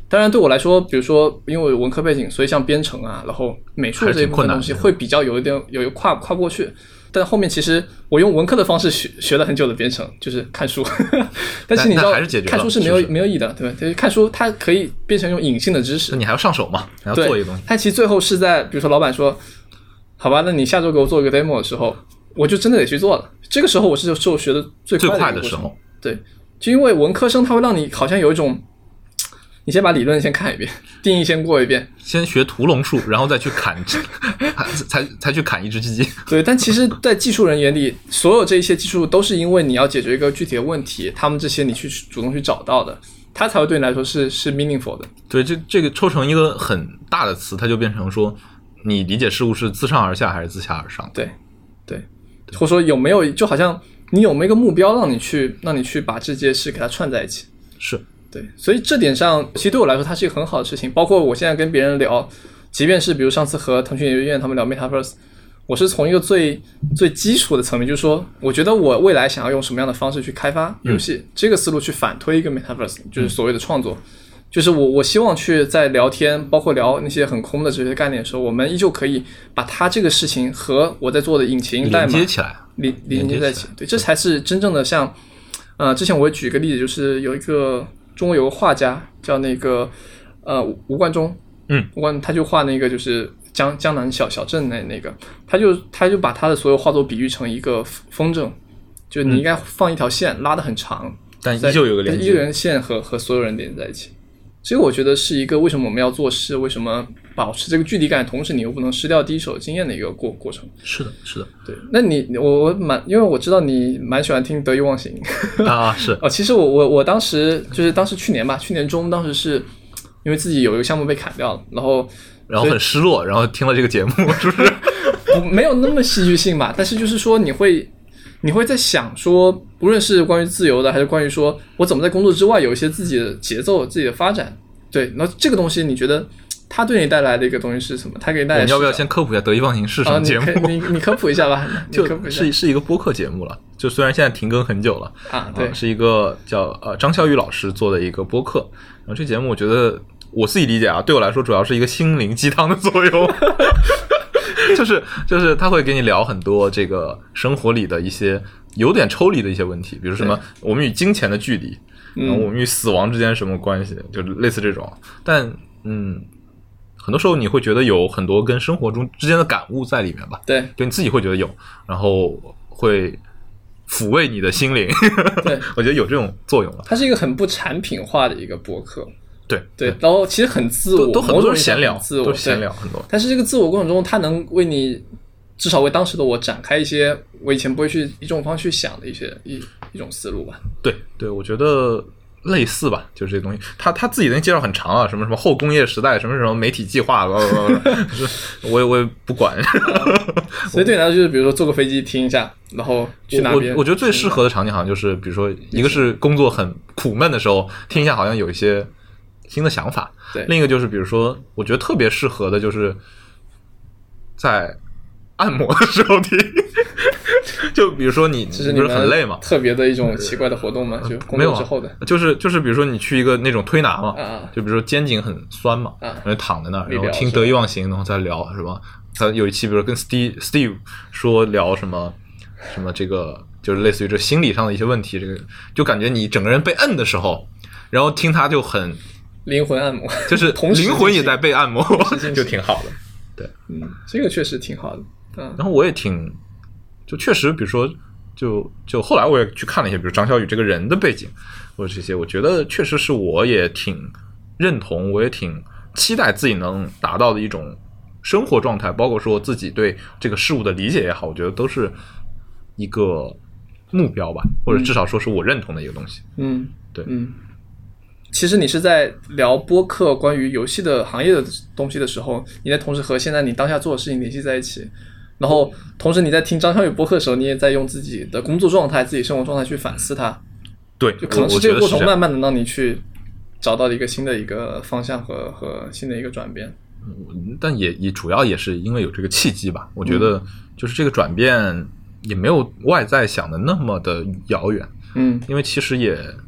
当然对我来说，比如说因为我文科背景，所以像编程啊，然后美术这一部分东西会比较有一个跨过去。但后面其实我用文科的方式学了很久的编程，就是看书。但是你知道，看书是没有意义的，对吧？就是看书它可以变成一种隐性的知识。 你还要上手嘛，还要做一个东西。 它其实最后是在比如说老板说，好吧，那你下周给我做一个 demo 的时候，我就真的得去做了。这个时候我是受学的最快的时候。对，就因为文科生他会让你好像有一种。你先把理论先看一遍，定义先过一遍， 先学屠龙术，然后再去砍，才去砍一只鸡鸡。 对，但其实，在技术人眼里，所有这些技术都是因为你要解决一个具体的问题，他们这些你去主动去找到的，它才会对你来说是 meaningful 的。 对，这个抽成一个很大的词，它就变成说，你理解事物是自上而下还是自下而上？ 对，或者说有没有，就好像你有没有一个目标让你去把这件事给它串在一起？ 是。 对，所以这点上，其实对我来说，它是一个很好的事情。包括我现在跟别人聊，即便是比如上次和腾讯研究院他们聊 Metaverse， 我是从一个最基础的层面，就是说，我觉得我未来想要用什么样的方式去开发游戏，这个思路去反推一个 Metaverse， 就是所谓的创作。就是我希望去在聊天，包括聊那些很空的这些概念的时候，我们依旧可以把它这个事情和我在做的引擎代码连接起来， 连接在一起。对，这才是真正的像，之前我也举一个例子，就是有一个。中国有个画家叫那个吴冠中，他就画那个就是江南小镇那个，他就把他的所有画作比喻成一个风筝，就你应该放一条线拉得很长， 但依旧有个连接， 一个人线和所有人连在一起。这个我觉得是一个为什么我们要做事，为什么保持这个距离感，同时你又不能失掉第一手经验的一个过程。 是的， 对。那因为我知道你蛮喜欢听得意忘形啊，是其实我当时去年中，当时是因为自己有一个项目被砍掉了，然后很失落，然后听了这个节目，是不是？ 没有那么戏剧性吧，但是就是说你会在想说，无论是关于自由的，还是关于说我怎么在工作之外有一些自己的节奏、自己的发展。对，那这个东西你觉得它对你带来的一个东西是什么？它给你带来， 你要不要先科普一下得意忘形是什么节目？ 你科普一下吧。 就是一个播客节目了，就虽然现在停更很久了对， 是一个叫张潇雨老师做的一个播客。然后这节目我觉得我自己理解对我来说主要是一个心灵鸡汤的作用。就是他会给你聊很多这个生活里的一些有点抽离的一些问题，比如什么我们与金钱的距离，然后我们与死亡之间什么关系，就类似这种。但很多时候你会觉得有很多跟生活中之间的感悟在里面吧？ 对， 就你自己会觉得有，然后会抚慰你的心灵。 对， 我觉得有这种作用了。 它是一个很不产品化的一个播客。 对， 然后其实很自我， 都很多都是闲聊， 都是闲聊很多。 但是这个自我过程中，它能为你至少为当时的我展开一些我以前不会去以这种方式去想的一种思路吧。 对，我觉得类似吧，就是这些东西。他自己的介绍很长啊，什么后工业时代，什么媒体计划，我也不管。 所以对你来说，就是比如说坐个飞机听一下，然后去哪边？ 我觉得最适合的场景好像就是，比如说一个是工作很苦闷的时候听一下，好像有一些新的想法。 对， 另一个就是比如说我觉得特别适合的就是在按摩的时候听。就比如说你不是很累嘛， 特别的一种奇怪的活动嘛，就工作之后的， 就是比如说你去一个那种推拿嘛，就比如说肩颈很酸嘛，然后躺在那儿，然后听得意忘形，然后再聊是吧？他有一期比如说跟 Steve 说聊什么这个，就是类似于这心理上的一些问题，这个就感觉你整个人被摁的时候，然后听他就很灵魂按摩， 就是灵魂也在被按摩，就挺好的。对， 这个确实挺好的。 然后我也就确实，比如说，就后来我也去看了一些，比如张小雨这个人的背景，或者这些，我觉得确实是我也挺认同，我也挺期待自己能达到的一种生活状态，包括说自己对这个事物的理解也好，我觉得都是一个目标吧，或者至少说是我认同的一个东西。对， 其实你是在聊播客关于游戏的行业的东西的时候，你在同时和现在你当下做的事情联系在一起。然后同时你在听张小雨播客的时候，你也在用自己的工作状态、自己生活状态去反思它。 对， 就可能是这个过程慢慢的让你去找到一个新的一个方向和新的一个转变。 但也主要也是因为有这个契机吧。我觉得就是这个转变也没有外在想的那么的遥远。因为其实也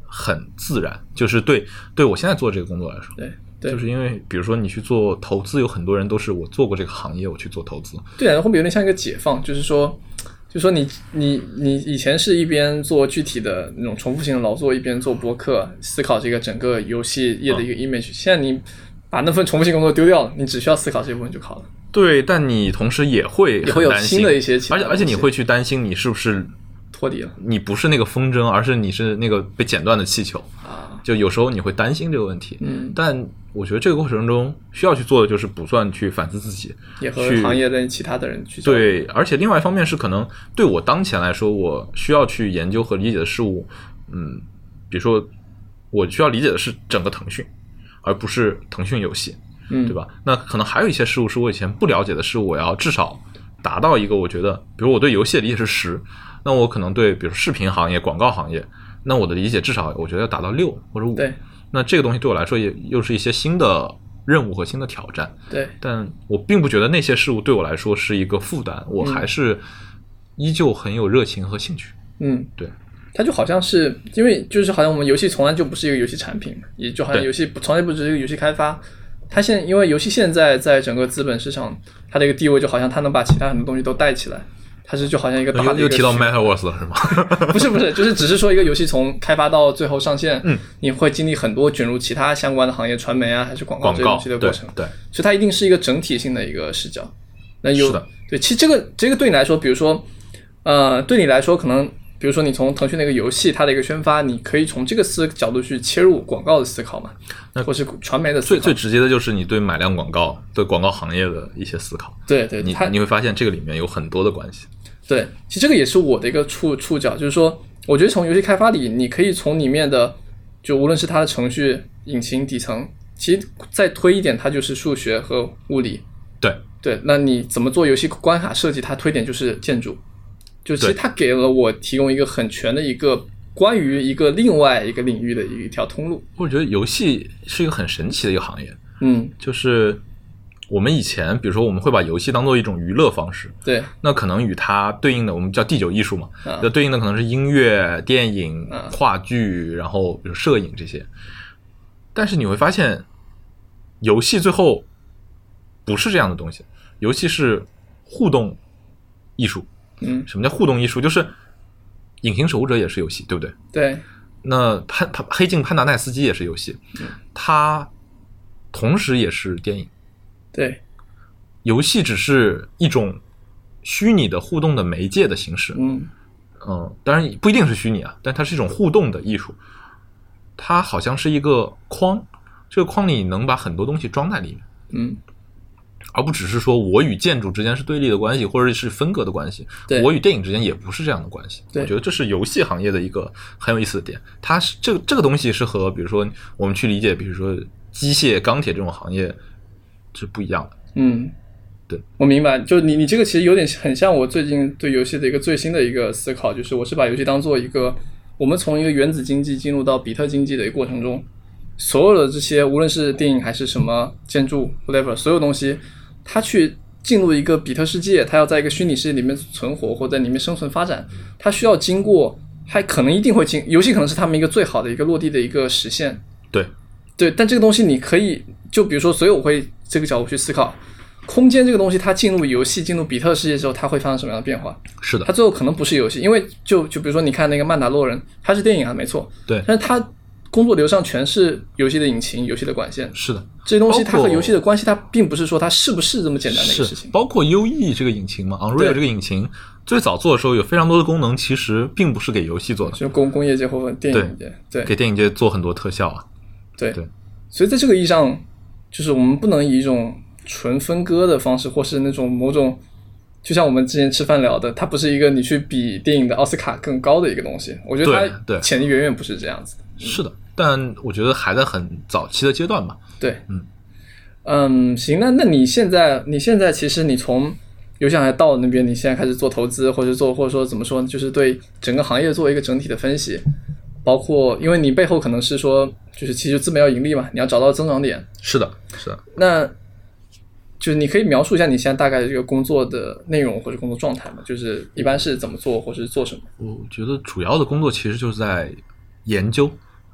很自然，就是对我现在做这个工作来说， 对， 就是因为比如说你去做投资，有很多人都是我做过这个行业，我去做投资， 对，然后会有点像一个解放，就是说你以前是一边做具体的那种重复性的劳作，一边做播客，思考这个整个游戏业的一个 image，现在你把那份重复性工作丢掉了，你只需要思考这部分就好了。 对，但你同时也会有新的一些其他而且你会去担心你是不是脱离了， 你不是那个风筝，而是你是那个被剪断的气球啊， 就有时候你会担心这个问题。但我觉得这个过程中需要去做的就是不断去反思自己， 也和行业内其他的人去对，而且另外一方面是可能对我当前来说，我需要去研究和理解的事物，比如说我需要理解的是整个腾讯，而不是腾讯游戏，对吧？那可能还有一些事物是我以前不了解的事物，我要至少达到一个我觉得，比如我对游戏的理解是10，那我可能对比如视频行业、广告行业，那我的理解至少我觉得要达到6或者5。 对， 那这个东西对我来说又是一些新的任务和新的挑战。 对， 但我并不觉得那些事物对我来说是一个负担，我还是依旧很有热情和兴趣。对。 它就好像是因为就是好像我们游戏从来就不是一个游戏产品，也就好像游戏从来不只是一个游戏开发。它因为游戏现在在整个资本市场，它的一个地位就好像它能把其他很多东西都带起来，它是就好像一个大的一个又提到 Metaverse 了是吗？ 不是，就是只是说一个游戏从开发到最后上线，你会经历很多卷入其他相关的行业，传媒啊还是广告这些东西的过程。 对， 所以它一定是一个整体性的一个视角。那是的， 对，其实这个对你来说，比如说对你来说可能。比如说你从腾讯的一个游戏它的一个宣发，你可以从这个角度去切入广告的思考嘛，或是传媒的思考。 最直接的就是你对买量广告、对广告行业的一些思考。 对， 你会发现这个里面有很多的关系。 对，其实这个也是我的一个触角，就是说我觉得从游戏开发里，你可以从里面的就无论是它的程序、引擎、底层，其实再推一点，它就是数学和物理。对，那你怎么做游戏关卡设计，它推点就是建筑。就其实它给了我提供一个很全的一个关于一个另外一个领域的一条通路。 我觉得游戏是一个很神奇的一个行业，就是我们以前比如说我们会把游戏当做一种娱乐方式， 对， 那可能与它对应的我们叫第9艺术嘛，就对应的可能是音乐、电影、话剧，然后比如摄影这些。但是你会发现，游戏最后不是这样的东西，游戏是互动艺术。什么叫互动艺术？就是隐形守护者也是游戏，对不对？ 对。 那黑镜潘达奈斯基也是游戏，它同时也是电影。 对。 游戏只是一种虚拟的互动的媒介的形式。当然不一定是虚拟啊，但它是一种互动的艺术。它好像是一个框，这个框里能把很多东西装在里面。而不只是说我与建筑之间是对立的关系，或者是分隔的关系，我与电影之间也不是这样的关系。我觉得这是游戏行业的一个很有意思的点，它是这个东西是和比如说我们去理解比如说机械钢铁这种行业是不一样的。对， 我明白，就你这个其实有点很像我最近对游戏的一个最新的一个思考，就是我是把游戏当做一个我们从一个原子经济进入到比特经济的一个过程中，所有的这些无论是电影还是什么建筑 whatever 所有东西，它去进入一个比特世界，它要在一个虚拟世界里面存活或在里面生存发展，它需要经过，还可能一定会游戏可能是他们一个最好的一个落地的一个实现。对，但这个东西你可以就比如说，所以我会这个角度去思考空间这个东西，它进入游戏进入比特世界之后，它会发生什么样的变化。 是的， 它最后可能不是游戏，因为就比如说你看那个曼达洛人，它是电影啊没错， 对， 但是它工作流上全是游戏的引擎、游戏的管线。 是的， 这些东西它和游戏的关系，它并不是说它是不是这么简单的一个事情。 包括 UE 这个引擎嘛 ，Unreal 这个引擎最早做的时候有非常多的功能，其实并不是给游戏做的， 就工业界或电影界，对， 给电影界做很多特效啊。 对，所以在这个意义上，就是我们不能以一种纯分割的方式，或是那种某种，就像我们之前吃饭聊的，它不是一个你去比电影的奥斯卡更高的一个东西。我觉得它潜力远远不是这样子的。 是的，但我觉得还在很早期的阶段吧。 对，行，那你现在其实你从游戏行业到那边，你现在开始做投资，或者说怎么说，就是对整个行业做一个整体的分析，包括因为你背后可能是说，就是其实资本要盈利嘛，你要找到增长点。 是的。 那就是你可以描述一下你现在大概的这个工作的内容或者工作状态吗？就是一般是怎么做，或是做什么？ 我觉得主要的工作其实就是在研究，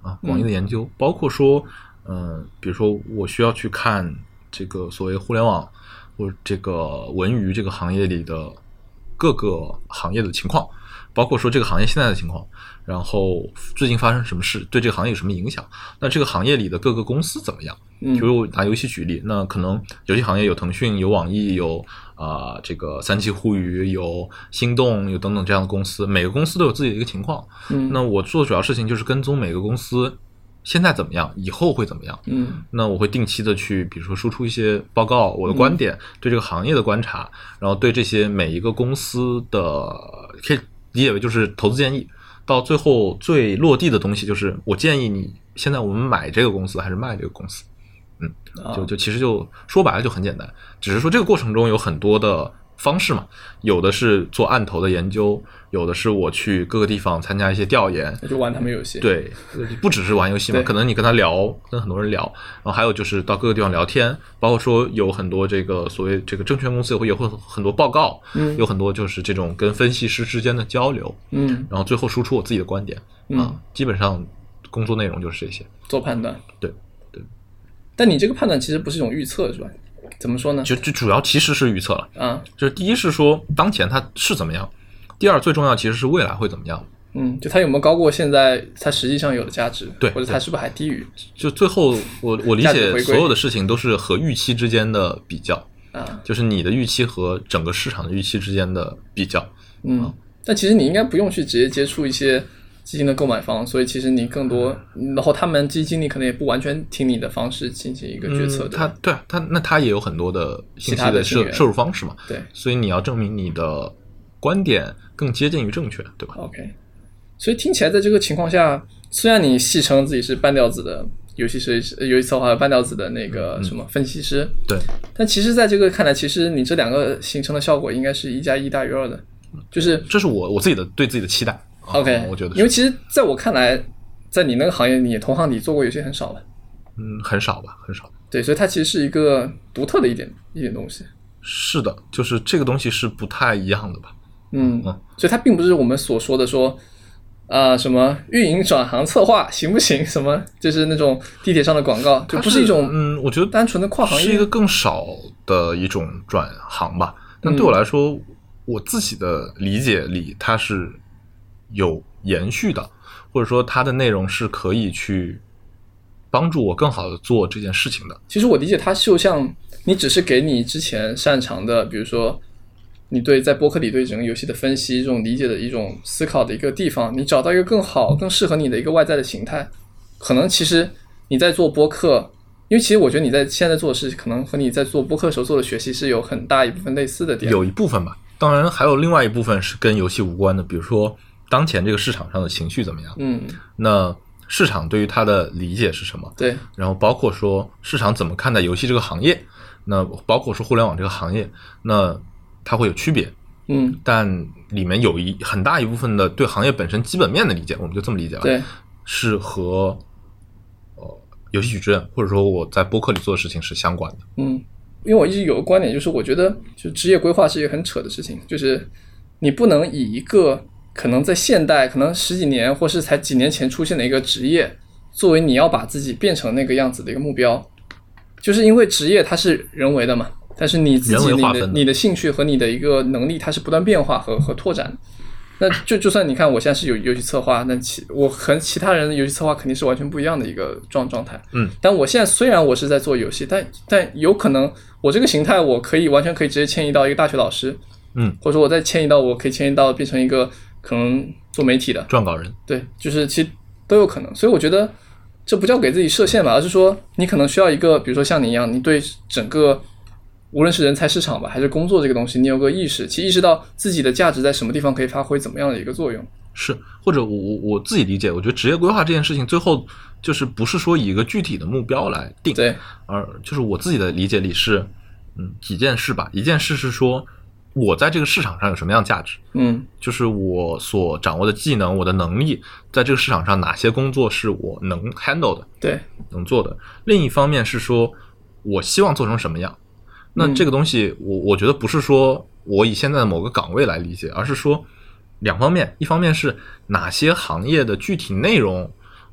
啊，广义的研究，包括说比如说我需要去看这个所谓互联网或者这个文娱这个行业里的各个行业的情况，包括说这个行业现在的情况，然后最近发生什么事，对这个行业有什么影响，那这个行业里的各个公司怎么样。比如拿游戏举例，那可能游戏行业有腾讯，有网易，有这个三七互娱，有心动，有等等这样的公司，每个公司都有自己的一个情况。那我做的主要事情就是跟踪每个公司现在怎么样，以后会怎么样。那我会定期的去比如说输出一些报告，我的观点，对这个行业的观察，然后对这些每一个公司的可以理解为就是投资建议，到最后最落地的东西就是我建议你现在我们买这个公司还是卖这个公司。就其实就说白了就很简单，只是说这个过程中有很多的方式嘛，有的是做案头的研究，有的是我去各个地方参加一些调研， 就玩他们游戏。对， 不只是玩游戏嘛，可能你跟他聊，跟很多人聊，然后还有就是到各个地方聊天，包括说有很多这个所谓这个证券公司也会有很多报告，有很多就是这种跟分析师之间的交流，然后最后输出我自己的观点，基本上工作内容就是这些， 做判断。 对。 但你这个判断其实不是一种预测是吧？怎么说呢？ 就主要其实是预测了就是第一是说当前它是怎么样，第二最重要其实是未来会怎么样。 就它有没有高过现在它实际上有的价值， 对， 或者它是不是还低于？ 就最后我理解所有的事情都是和预期之间的比较就是你的预期和整个市场的预期之间的比较。 但其实你应该不用去直接接触一些基金的购买方，所以其实你更多，然后他们基金经理可能也不完全听你的方式进行一个决策的。 他也有很多的信息的摄入方式嘛， 对， 所以你要证明你的观点更接近于正确，对吧 ？OK， 所以听起来在这个情况下，虽然你戏称自己是半吊子的游戏设计师、游戏策划、半吊子的那个什么分析师， 对， 但其实在这个看来，其实你这两个形成的效果应该是1+1大于2的，就是这是我自己的对自己的期待。 OK， 我觉得因为其实在我看来，在你那个行业，你同行里做过游戏很少吧？ 很少吧，很少。 对，所以它其实是一个独特的一点东西。 是的，就是这个东西是不太一样的吧？ 所以它并不是我们所说的说什么运营转行策划行不行？什么就是那种地铁上的广告，就不是一种我觉得单纯的跨行业， 是一个更少的一种转行吧。但对我来说，我自己的理解里，它是有延续的，或者说它的内容是可以去帮助我更好的做这件事情的。 其实我理解它就像你只是给你之前擅长的，比如说你在播客里对整个游戏的分析这种理解的一种思考的一个地方，你找到一个更好更适合你的一个外在的形态。可能其实你在做播客，因为其实我觉得你在现在做的事可能和你在做播客时候做的学习是有很大一部分类似的点。 有一部分吧，当然还有另外一部分是跟游戏无关的，比如说当前这个市场上的情绪怎么样，那市场对于它的理解是什么，对，然后包括说市场怎么看待游戏这个行业，那包括说互联网这个行业，那它会有区别，但里面有很大一部分的对行业本身基本面的理解，我们就这么理解了，对，是和游戏矩阵或者说我在播客里做的事情是相关的。 因为我一直有个观点，就是我觉得就职业规划是一个很扯的事情，就是你不能以一个可能在现代可能10几年或是才几年前出现的一个职业作为你要把自己变成那个样子的一个目标，就是因为职业它是人为的嘛，但是你自己你的兴趣和你的一个能力它是不断变化和拓展。那就算你看我现在是有游戏策划，那我和其他人的游戏策划肯定是完全不一样的一个状态。但我现在虽然我是在做游戏，但有可能我这个形态我完全可以直接迁移到一个大学老师，或者说我再迁移到我可以迁移到变成一个可能做媒体的撰稿人， 对，就是其实都有可能。所以我觉得这不叫给自己设限吧，而是说你可能需要一个，比如说像你一样，你对整个无论是人才市场吧还是工作这个东西你有个意识，其实意识到自己的价值在什么地方可以发挥怎么样的一个作用。 是，或者我自己理解，我觉得职业规划这件事情最后就是不是说以一个具体的目标来定， 对， 而就是我自己的理解里是几件事吧。一件事是说我在这个市场上有什么样的价值，就是我所掌握的技能，我的能力在这个市场上哪些工作是我能 handle 的， 对， 能做的。另一方面是说我希望做成什么样。那这个东西我觉得不是说我以现在的某个岗位来理解，而是说两方面，一方面是哪些行业的具体内容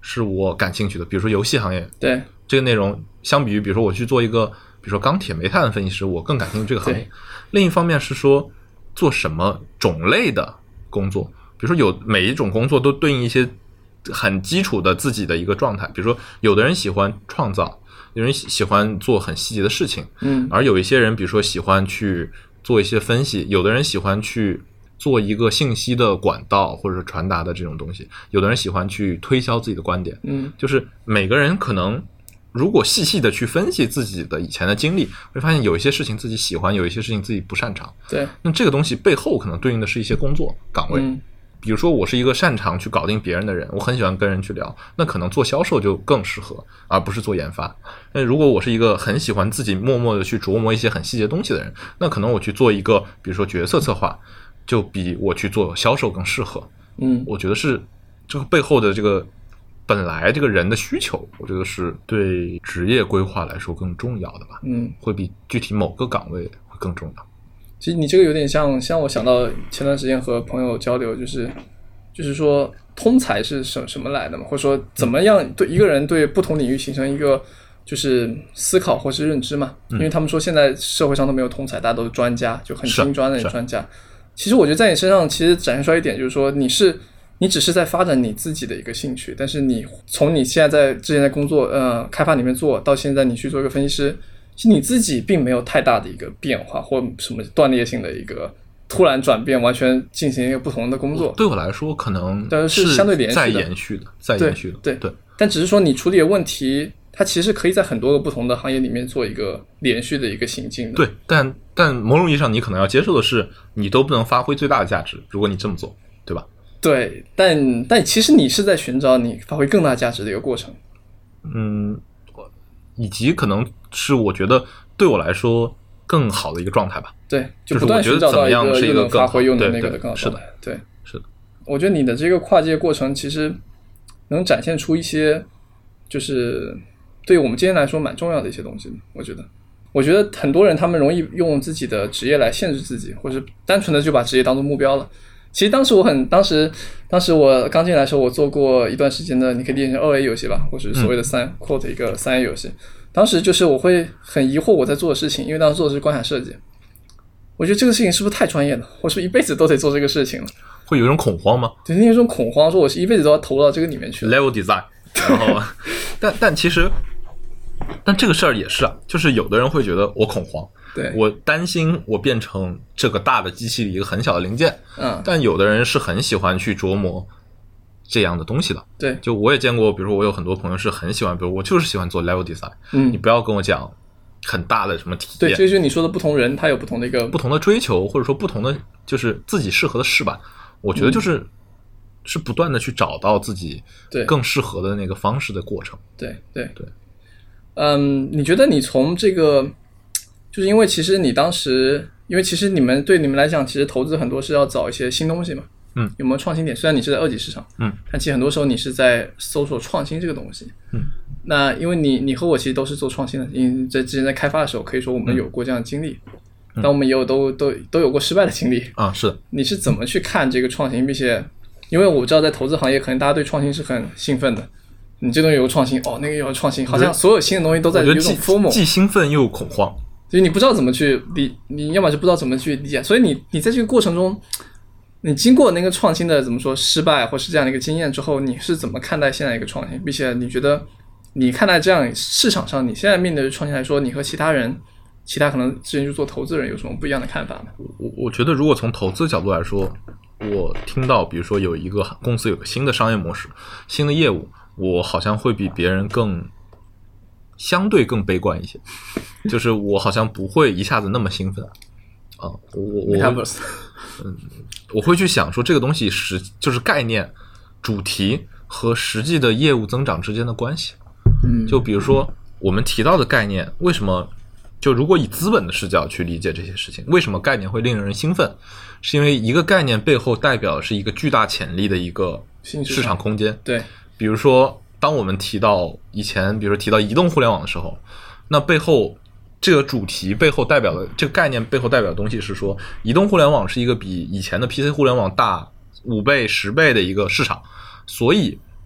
是我感兴趣的，比如说游戏行业， 对这个内容相比于比如说我去做一个比如说钢铁煤炭的分析师，我更感兴趣这个行业。另一方面是说做什么种类的工作，比如说每一种工作都对应一些很基础的自己的一个状态，比如说有的人喜欢创造，有人喜欢做很细节的事情，而有一些人比如说喜欢去做一些分析，有的人喜欢去做一个信息的管道或者是传达的这种东西，有的人喜欢去推销自己的观点，就是每个人可能如果细细的去分析自己的以前的经历，会发现有一些事情自己喜欢，有一些事情自己不擅长。 对， 那这个东西背后可能对应的是一些工作岗位。比如说我是一个擅长去搞定别人的人，我很喜欢跟人去聊，那可能做销售就更适合，而不是做研发。那如果我是一个很喜欢自己默默的去琢磨一些很细节东西的人，那可能我去做一个比如说决策策划，就比我去做销售更适合。我觉得是这个背后的这个本来这个人的需求，我觉得是对职业规划来说更重要的吧。会比具体某个岗位会更重要。 其实你这个有点像我想到前段时间和朋友交流，就是说通才是什么来的嘛，或者说怎么样对一个人对不同领域形成一个就是思考或是认知嘛。因为他们说现在社会上都没有通才，大家都是专家，就很精专的专家。其实我觉得在你身上其实展现出来一点，就是说你只是在发展你自己的一个兴趣，但是你从你现在之前在工作开发里面做到现在你去做一个分析师，其实你自己并没有太大的一个变化或什么断裂性的一个突然转变，完全进行一个不同的工作。 对我来说可能是相对连续的， 在延续的。对， 但只是说你处理的问题它其实可以在很多个不同的行业里面做一个连续的一个行进的。 对，但某种意义上你可能要接受的是你都不能发挥最大的价值，如果你这么做，对吧？ 对，但其实你是在寻找你发挥更大价值的一个过程。 以及可能是我觉得对我来说更好的一个状态吧。 对，就不断寻找到一个又能发挥又能那个的更好状态。对， 是的。 我觉得你的这个跨界过程其实能展现出一些就是对我们今天来说蛮重要的一些东西。我觉得很多人他们容易用自己的职业来限制自己，或是单纯的就把职业当作目标了。其实当时我刚进来的时候，我做过一段时间的，你可以理解成2A 游戏吧，或是所谓的quote 一个3A 游戏。当时就是我会很疑惑我在做的事情，因为当时做的是关卡设计，我觉得这个事情是不是太专业了？我是不是一辈子都得做这个事情了？ 会有一种恐慌吗？ 对，那种恐慌，说我是一辈子都要投到这个里面去了。 Level design， 然后，但其实，但这个事儿也是啊，就是有的人会觉得我恐慌。 对， 我担心我变成这个大的机器里一个很小的零件。但有的人是很喜欢去琢磨这样的东西的。 对， 就我也见过，比如说我有很多朋友是很喜欢，比如我就是喜欢做 level design。你不要跟我讲很大的什么体验。 对，这就是你说的不同人他有不同的一个不同的追求，或者说不同的就是自己适合的事吧。我觉得是不断的去找到自己更适合的那个方式的过程。 对。你觉得你从这个就是因为其实你当时因为其实对你们来讲其实投资很多是要找一些新东西嘛。有没有创新点？虽然你是在2级市场，但其实很多时候你是在搜索创新这个东西。那因为你和我其实都是做创新的，因为在之前在开发的时候可以说我们有过这样的经历。但我们也有都有过失败的经历啊。是的。 你是怎么去看这个创新，并且因为我知道在投资行业可能大家对创新是很兴奋的，你这东西有创新那个有创新，好像所有新的东西都在有种 FOMO， 既兴奋又恐慌， 所以你不知道怎么去你要么就不知道怎么去理解。所以你在这个过程中，你经过那个创新的怎么说失败或是这样的一个经验之后，你是怎么看待现在一个创新，并且你觉得你看待这样市场上你现在面对的创新来说，你和其他可能之前就做投资人有什么不一样的看法吗？ 我觉得如果从投资角度来说，我听到比如说有一个公司有个新的商业模式新的业务，我好像会比别人相对更悲观一些，就是我好像不会一下子那么兴奋我会去想说这个东西就是概念主题和实际的业务增长之间的关系。就比如说我们提到的概念，为什么就如果以资本的视角去理解这些事情，为什么概念会令人兴奋？是因为一个概念背后代表的是一个巨大潜力的一个市场空间。 对， 比如说当我们提到以前比如说提到移动互联网的时候，那背后这个主题背后代表的这个概念背后代表的东西是说，移动互联网是一个比以前的 PC 互联网大5倍10倍的一个市场，所以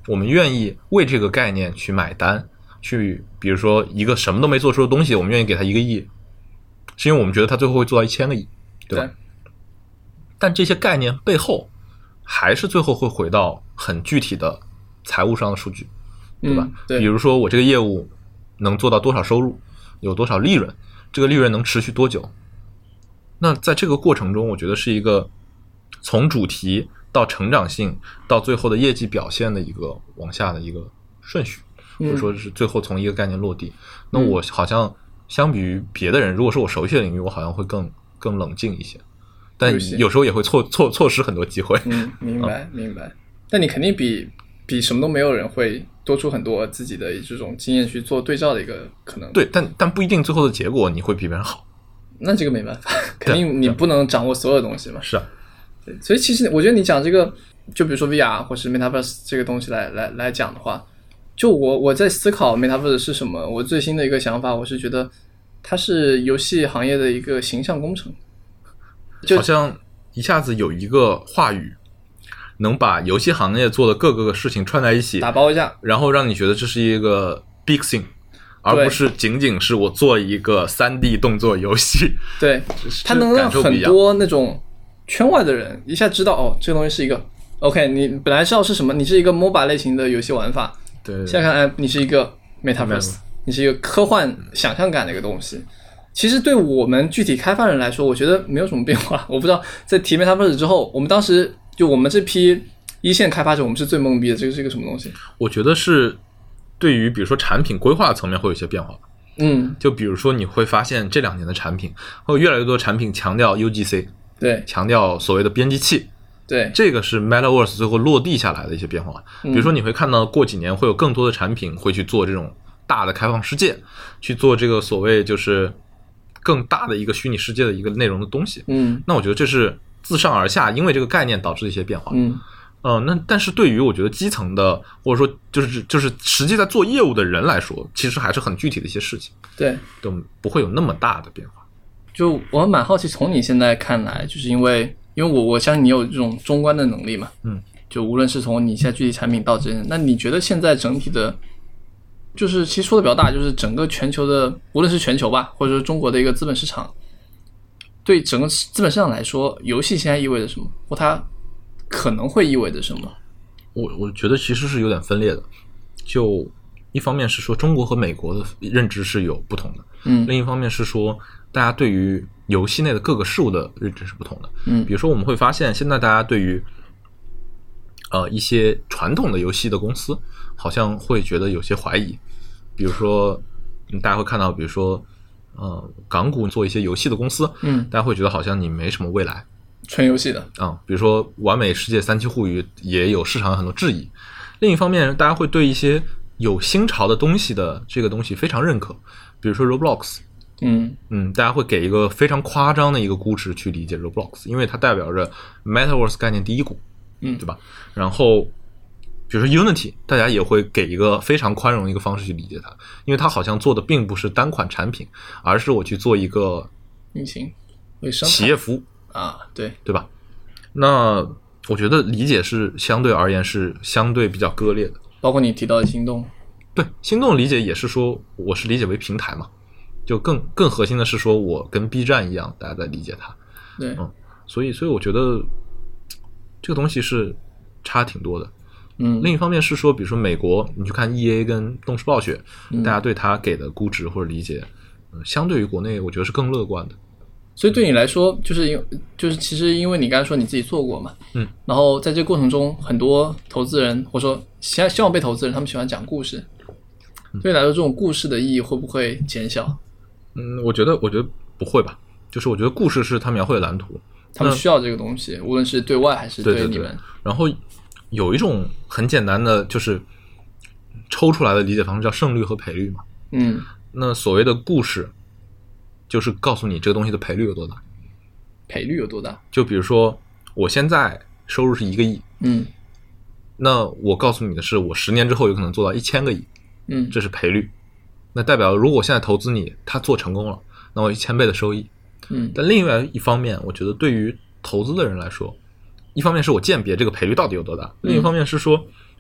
我们愿意为这个概念去买单，去比如说一个什么都没做出的东西，我们愿意给他1个亿，是因为我们觉得他最后会做到1000个亿，对吧？但这些概念背后还是最后会回到很具体的财务上的数据，对吧？ 对， 比如说我这个业务能做到多少收入，有多少利润，这个利润能持续多久。那在这个过程中，我觉得是一个从主题到成长性到最后的业绩表现的一个往下的一个顺序，或者说是最后从一个概念落地。那我好像相比于别的人，如果是我熟悉的领域，我好像会更冷静一些，但有时候也会错失很多机会。 明白。但你肯定比什么都没有人会多出很多自己的这种经验去做对照的一个可能。 对，但不一定最后的结果你会比别人好。 那这个没办法，肯定你不能掌握所有东西嘛。 是啊， 对，所以其实我觉得你讲这个，就比如说 VR 或是 Metaverse 这个东西来讲的话，就我在思考 Metaverse 是什么，我最新的一个想法，我是觉得它是游戏行业的一个形象工程， 好像一下子有一个话语能把游戏行业做的各个事情串在一起， 打包一下， 然后让你觉得这是一个 big thing， 而不是仅仅是我做一个 3D 动作游戏。 对，它能让很多那种圈外的人一下知道，哦，这个东西是一个 OK， 你本来知道是什么，你是一个 MOBA 类型的游戏玩法， 对， 现在看来你是一个 Metaverse， 你是一个科幻想象感的一个东西。其实对我们具体开发人来说，我觉得没有什么变化。我不知道在提 Metaverse 之后，我们当时就我们这批一线开发者，我们是最懵逼的，这个是一个什么东西？ 我觉得是对于比如说产品规划层面会有一些变化。就比如说你会发现这2年的产品会有越来越多产品强调 UGC， 对， 强调所谓的编辑器， 对， 这个是 Metaverse 最后落地下来的一些变化。比如说你会看到过几年会有更多的产品会去做这种大的开放世界，去做这个所谓就是更大的一个虚拟世界的一个内容的东西。那我觉得这是自上而下因为这个概念导致的一些变化。那但是对于我觉得基层的或者说就是实际在做业务的人来说，其实还是很具体的一些事情， 对， 都不会有那么大的变化。 就我蛮好奇，从你现在看来，就是因为我相信你有这种中观的能力嘛，就无论是从你现在具体产品到这些，那你觉得现在整体的，就是其实说的比较大，就是整个全球的，无论是全球吧，或者说中国的一个资本市场，对整个资本市场来说，游戏现在意味着什么，或它可能会意味着什么？ 我觉得其实是有点分裂的，就一方面是说中国和美国的认知是有不同的，另一方面是说大家对于游戏内的各个事物的认知是不同的。比如说我们会发现现在大家对于一些传统的游戏的公司好像会觉得有些怀疑，比如说大家会看到比如说港股做一些游戏的公司，大家会觉得好像你没什么未来， 纯游戏的比如说完美世界3期互娱也有市场有很多质疑。另一方面大家会对一些有新潮的东西的这个东西非常认可，比如说 Roblox， 大家会给一个非常夸张的一个估值去理解 Roblox， 因为它代表着 Metaverse 概念第一股，对吧？然后比如说 Unity， 大家也会给一个非常宽容的一个方式去理解它，因为它好像做的并不是单款产品，而是我去做一个运行企业服务对吧？那我觉得理解是相对而言是相对比较割裂的。 包括你提到的心动， 对，心动理解也是说我是理解为平台嘛，就更核心的是说我跟 B 站一样大家在理解它。 对， 所以我觉得这个东西是差挺多的。另一方面是说比如说美国你去看 EA 跟动视暴雪，大家对它给的估值或者理解相对于国内我觉得是更乐观的。 所以对你来说就是其实因为你刚才说你自己做过嘛，然后在这个过程中很多投资人或者说希望被投资人他们喜欢讲故事，对你来说这种故事的意义会不会减小？ 我觉得不会吧，就是我觉得故事是他描绘的蓝图， 他们需要这个东西，无论是对外还是对你们。 对，然后有一种很简单的就是抽出来的理解方式叫胜率和赔率嘛。那所谓的故事就是告诉你这个东西的赔率有多大。 赔率有多大？就比如说我现在收入是1个亿，那我告诉你的是我10年之后有可能做到1000个亿，这是赔率。那代表如果我现在投资你，他做成功了，那我1000倍的收益。但另外一方面我觉得对于投资的人来说，一方面是我鉴别这个赔率到底有多大，另一方面是说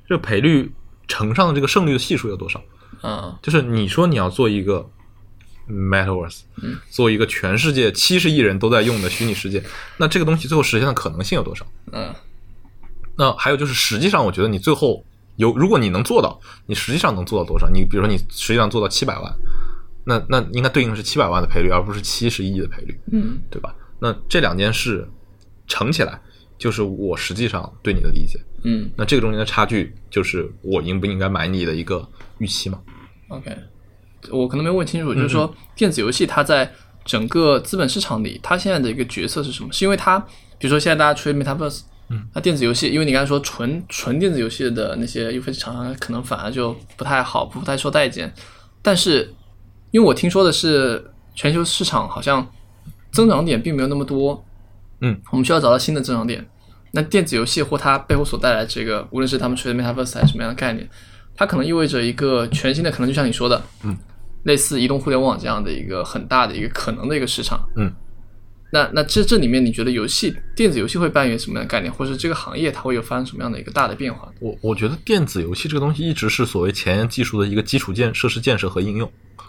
这个赔率乘上的这个胜率的系数有多少？就是你说你要做一个 Metaverse，做一个全世界70亿人都在用的虚拟世界，那这个东西最后实现的可能性有多少？那还有就是实际上我觉得你最后如果你能做到，你实际上能做到多少？你比如说你实际上做到700万，那应该对应的是700万的赔率，而不是70亿的赔率，对吧？那这两件事乘起来，就是我实际上对你的理解，那这个中间的差距就是我应不应该买你的一个预期嘛。 OK， 我可能没问清楚，就是说电子游戏它在整个资本市场里，它现在的一个角色是什么？是因为它，比如说现在大家吹 Metaverse，那电子游戏，因为你刚才说纯电子游戏的那些游戏厂商可能反而就不太好，不太受待见。但是，因为我听说的是全球市场好像增长点并没有那么多，我们需要找到新的增长点。那电子游戏或它背后所带来这个，无论是他们吹的 Metaverse 还是什么样的概念，它可能意味着一个全新的，可能就像你说的，类似移动互联网这样的一个很大的一个可能的一个市场。那这里面你觉得电子游戏会扮演什么样的概念，或者这个行业它会有发生什么样的一个大的变化？ 我觉得电子游戏这个东西一直是所谓前沿技术的一个基础设施建设和应用。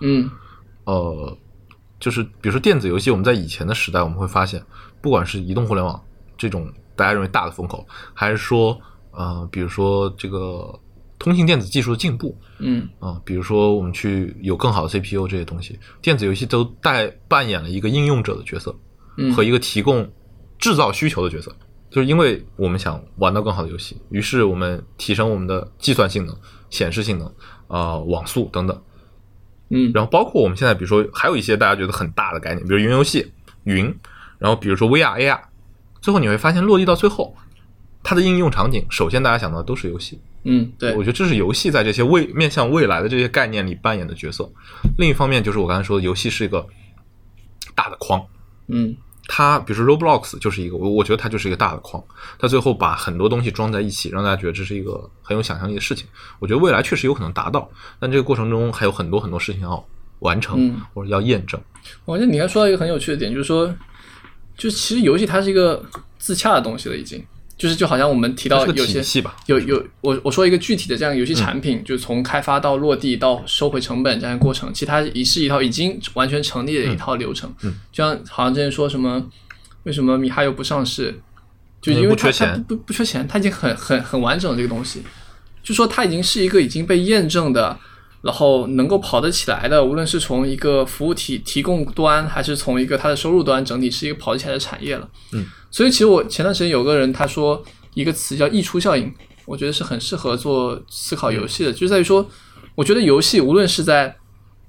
就是比如说电子游戏，我们在以前的时代我们会发现，不管是移动互联网这种大家认为大的风口，还是说比如说这个通信电子技术的进步，比如说我们去有更好的 CPU 这些东西，电子游戏都扮演了一个应用者的角色，和一个提供制造需求的角色。就是因为我们想玩到更好的游戏，于是我们提升我们的计算性能、显示性能、网速等等。然后包括我们现在比如说还有一些大家觉得很大的概念，比如云游戏、云，然后比如说 VR、AR， 最后你会发现落地到最后，它的应用场景首先大家想到的都是游戏。对，我觉得这是游戏在这些面向未来的这些概念里扮演的角色。另一方面就是我刚才说的，游戏是一个大的框，它比如说 Roblox 就是一个，我觉得它就是一个大的框，它最后把很多东西装在一起，让大家觉得这是一个很有想象力的事情。我觉得未来确实有可能达到，但这个过程中还有很多很多事情要完成，或者要验证。 我觉得你刚说到一个很有趣的点，就是说，就其实游戏它是一个自洽的东西了，已经。就好像我们提到有些我说一个具体的这样游戏产品，就从开发到落地到收回成本这样的过程，其实它是一套已经完全成立的一套流程。就像好像之前说什么，为什么米哈游不上市，就因为它不缺钱，它已经很完整的这个东西，就说它已经是一个已经被验证的，然后能够跑得起来的，无论是从一个服务提供端，还是从一个它的收入端，整体是一个跑得起来的产业了。所以其实我前段时间有个人他说一个词叫溢出效应，我觉得是很适合做思考游戏的，就在于说，我觉得游戏无论是在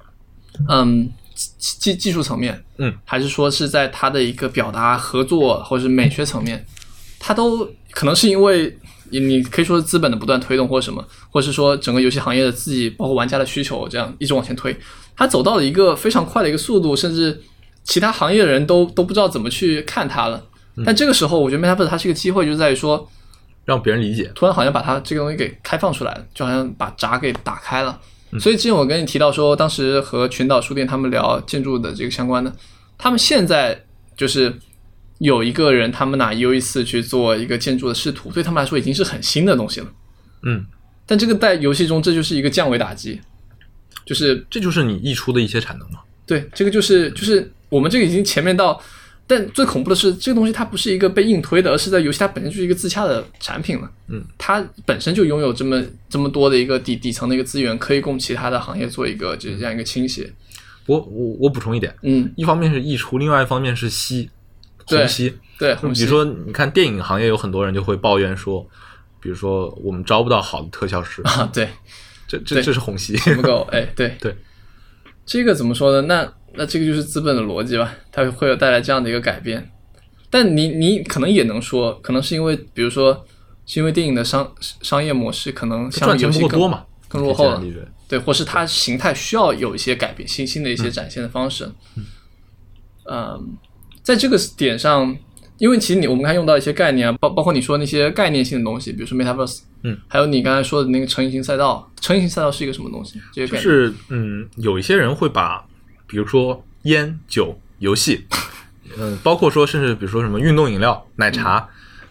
技术层面，还是说是在它的一个表达、合作或者是美学层面，它都可能是因为你可以说是资本的不断推动，或者什么，或是说整个游戏行业的自己包括玩家的需求这样一直往前推，它走到了一个非常快的一个速度，甚至其他行业的人都不知道怎么去看它了。但这个时候我觉得 Metaverse 它是一个机会，就在于说让别人理解， 突然好像把它这个东西给开放出来了，就好像把闸给打开了。所以之前我跟你提到说，当时和群岛书店他们聊建筑的这个相关的，他们现在就是有一个人他们拿 UE4 去做一个建筑的视图，对他们来说已经是很新的东西了。但这个在游戏中这就是一个降维打击，就是这就是你溢出的一些产能嘛。 对，这个就是我们这个已经前面到，但最恐怖的是这个东西它不是一个被硬推的，而是在游戏它本身就是一个自洽的产品了。它本身就拥有这么多的一个底层的一个资源，可以供其他的行业做一个就是这样一个倾斜。 我补充一点，一方面是溢出，另外一方面是虹吸。 对， 比如说你看电影行业有很多人就会抱怨说，比如说我们招不到好的特效师啊，对， 这是虹吸不够，对，这个怎么说呢？那这个就是资本的逻辑吧，它会有带来这样的一个改变。但你可能也能说，可能是因为比如说是因为电影的商业模式可能相对游戏赚钱不够多嘛， 更落后了，对，或是它形态需要有一些改变，新的一些展现的方式。在这个点上，因为其实我们刚才用到一些概念啊，包括你说那些概念性的东西，比如说 Metaverse，还有你刚才说的那个成瘾性赛道。成瘾性赛道是一个什么东西？这个概念就是有一些人会把比如说烟、酒、游戏，包括说甚至比如说什么运动饮料、奶茶，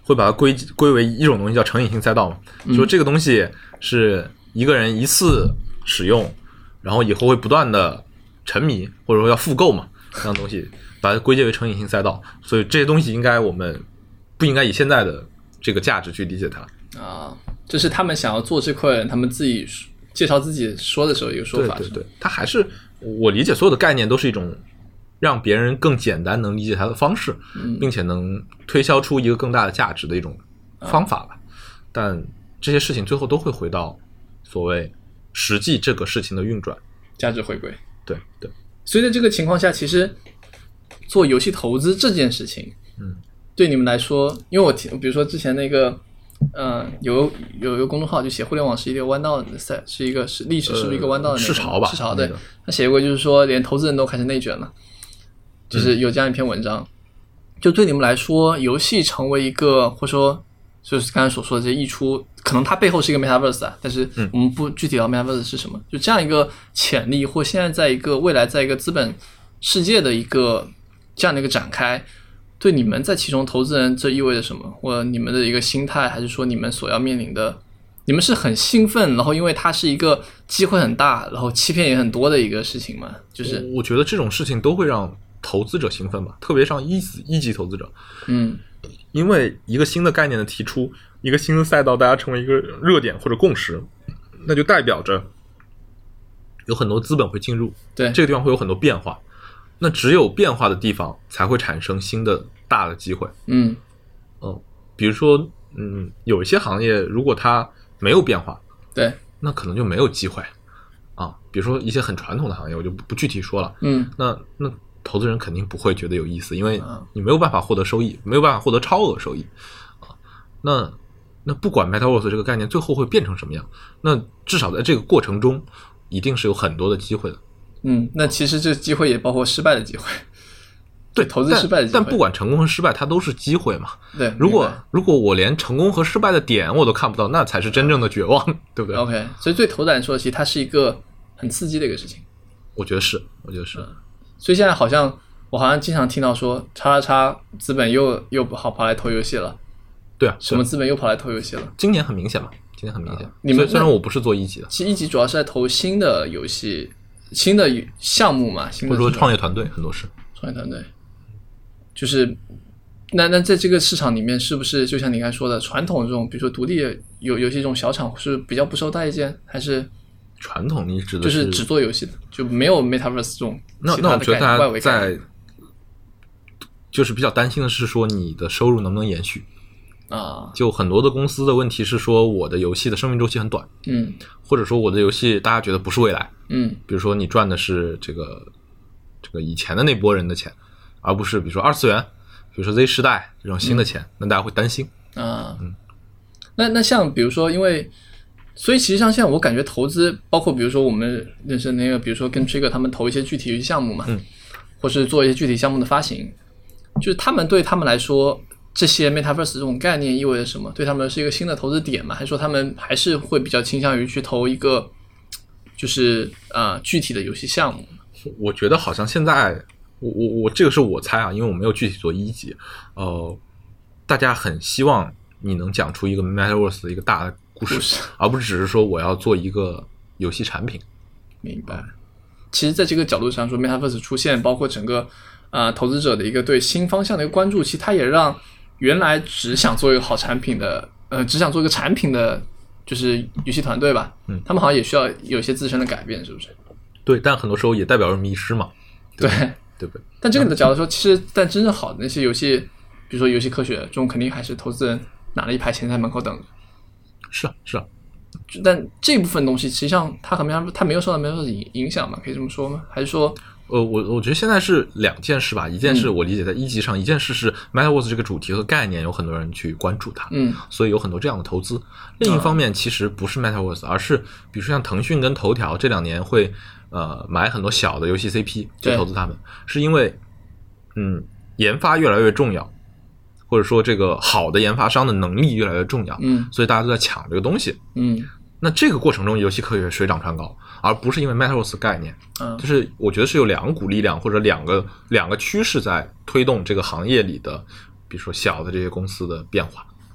会把它归为一种东西叫成瘾性赛道嘛，说这个东西是一个人一次使用，然后以后会不断的沉迷或者说要复购嘛，这样东西把它归结为成瘾性赛道，所以这些东西我们不应该以现在的这个价值去理解它啊，这是他们想要做这块人他们自己介绍自己说的时候一个说法。 对，它还是我理解所有的概念都是一种让别人更简单能理解它的方式，并且能推销出一个更大的价值的一种方法吧。但这些事情最后都会回到所谓实际这个事情的运转， 价值回归。 对。 所以在这个情况下，其实做游戏投资这件事情，对你们来说，因为我比如说之前那个有一个公众号就写互联网是一个弯道的赛，是历史是不是一个弯道的市潮吧？ 市潮，对，他写过就是说连投资人都开始内卷了，就是有这样一篇文章。就对你们来说，游戏成为一个或者说就是刚才所说的这些溢出，可能它背后是一个 metaverse 啊，但是我们不具体聊 metaverse 是什么，就这样一个潜力，或现在在一个未来在一个资本世界的一个这样的一个展开，对你们在其中投资人这意味着什么，或者你们的一个心态，还是说你们所要面临的，你们是很兴奋，然后因为它是一个机会很大，然后欺骗也很多的一个事情嘛？就是我觉得这种事情都会让投资者兴奋吧，特别像一级投资者，因为一个新的概念的提出，一个新的赛道，大家成为一个热点或者共识，那就代表着有很多资本会进入， 对， 这个地方会有很多变化，那只有变化的地方才会产生新的大的机会。比如说有一些行业如果它没有变化， 对， 那可能就没有机会啊。比如说一些很传统的行业，我就不具体说了。那投资人肯定不会觉得有意思，因为你没有办法获得收益，没有办法获得超额收益啊。那不管 Metaverse 这个概念最后会变成什么样，那至少在这个过程中一定是有很多的机会的。 那其实这个机会也包括失败的机会，对，投资失败的机会。 但不管成功和失败，它都是机会嘛。 对， 如果我连成功和失败的点我都看不到，那才是真正的绝望，对不对 ？OK， 所以对投资人说，其实它是一个很刺激的一个事情。 我觉得是。 所以现在我好像经常听到说，叉资本又跑来投游戏了。 对啊， 什么资本又跑来投游戏了？ 今年很明显嘛， 你们虽然我不是做一级的， 其实一级主要是在投新的游戏、新的项目嘛， 或者说创业团队，很多是创业团队。就是那在这个市场里面，是不是就像你刚才说的，传统这种比如说独立游戏这种小厂是比较不受待见，还是传统你指的就是只做游戏的，就没有 Metaverse 这种其他的概念？ 那我觉得大家在就是比较担心的是说你的收入能不能延续啊？就很多的公司的问题是说我的游戏的生命周期很短，或者说我的游戏大家觉得不是未来，比如说你赚的是这个以前的那波人的钱，而不是比如说二次元，比如说 Z 时代这种新的钱，那大家会担心啊。那像比如说所以其实像现在我感觉投资，包括比如说我们认识的那个，比如说跟 Trigger 他们投一些具体游戏项目嘛，或是做一些具体项目的发行，就是对他们来说，这些 Metaverse 这种概念意味着什么？对他们是一个新的投资点吗？还是说他们还是会比较倾向于去投一个就是具体的游戏项目？ 我觉得好像现在我这个是我猜啊，因为我没有具体做一级，大家很希望你能讲出一个 Metaverse 的一个大的故事，而不是只是说我要做一个游戏产品。 明白。其实在这个角度上说 Metaverse 出现，包括整个投资者的一个对新方向的一个关注，其实它也让原来只想做一个好产品的只想做一个产品的就是游戏团队吧，他们好像也需要有一些自身的改变，是不是？ 对，但很多时候也代表着迷失嘛，对不对？ 但这个的角度说，其实但真正好的那些游戏，比如说游戏科学这种，肯定还是投资人拿了一排钱在门口等着。是啊。但这部分东西实际上它没有受到影响嘛？可以这么说吗？还是说我觉得现在是两件事吧。一件事我理解在一级上，一件事是 Metaverse 这个主题和概念有很多人去关注它，所以有很多这样的投资。另一方面其实不是 Metaverse，而是比如说像腾讯跟头条这2年会买很多小的游戏 CP 去投资他们，是因为研发越来越重要，或者说这个好的研发商的能力越来越重要，所以大家都在抢这个东西，那这个过程中游戏科学水涨船高，而不是因为 Metaverse 概念，就是我觉得是有2股力量或者两个趋势在推动这个行业里的，比如说小的这些公司的变化。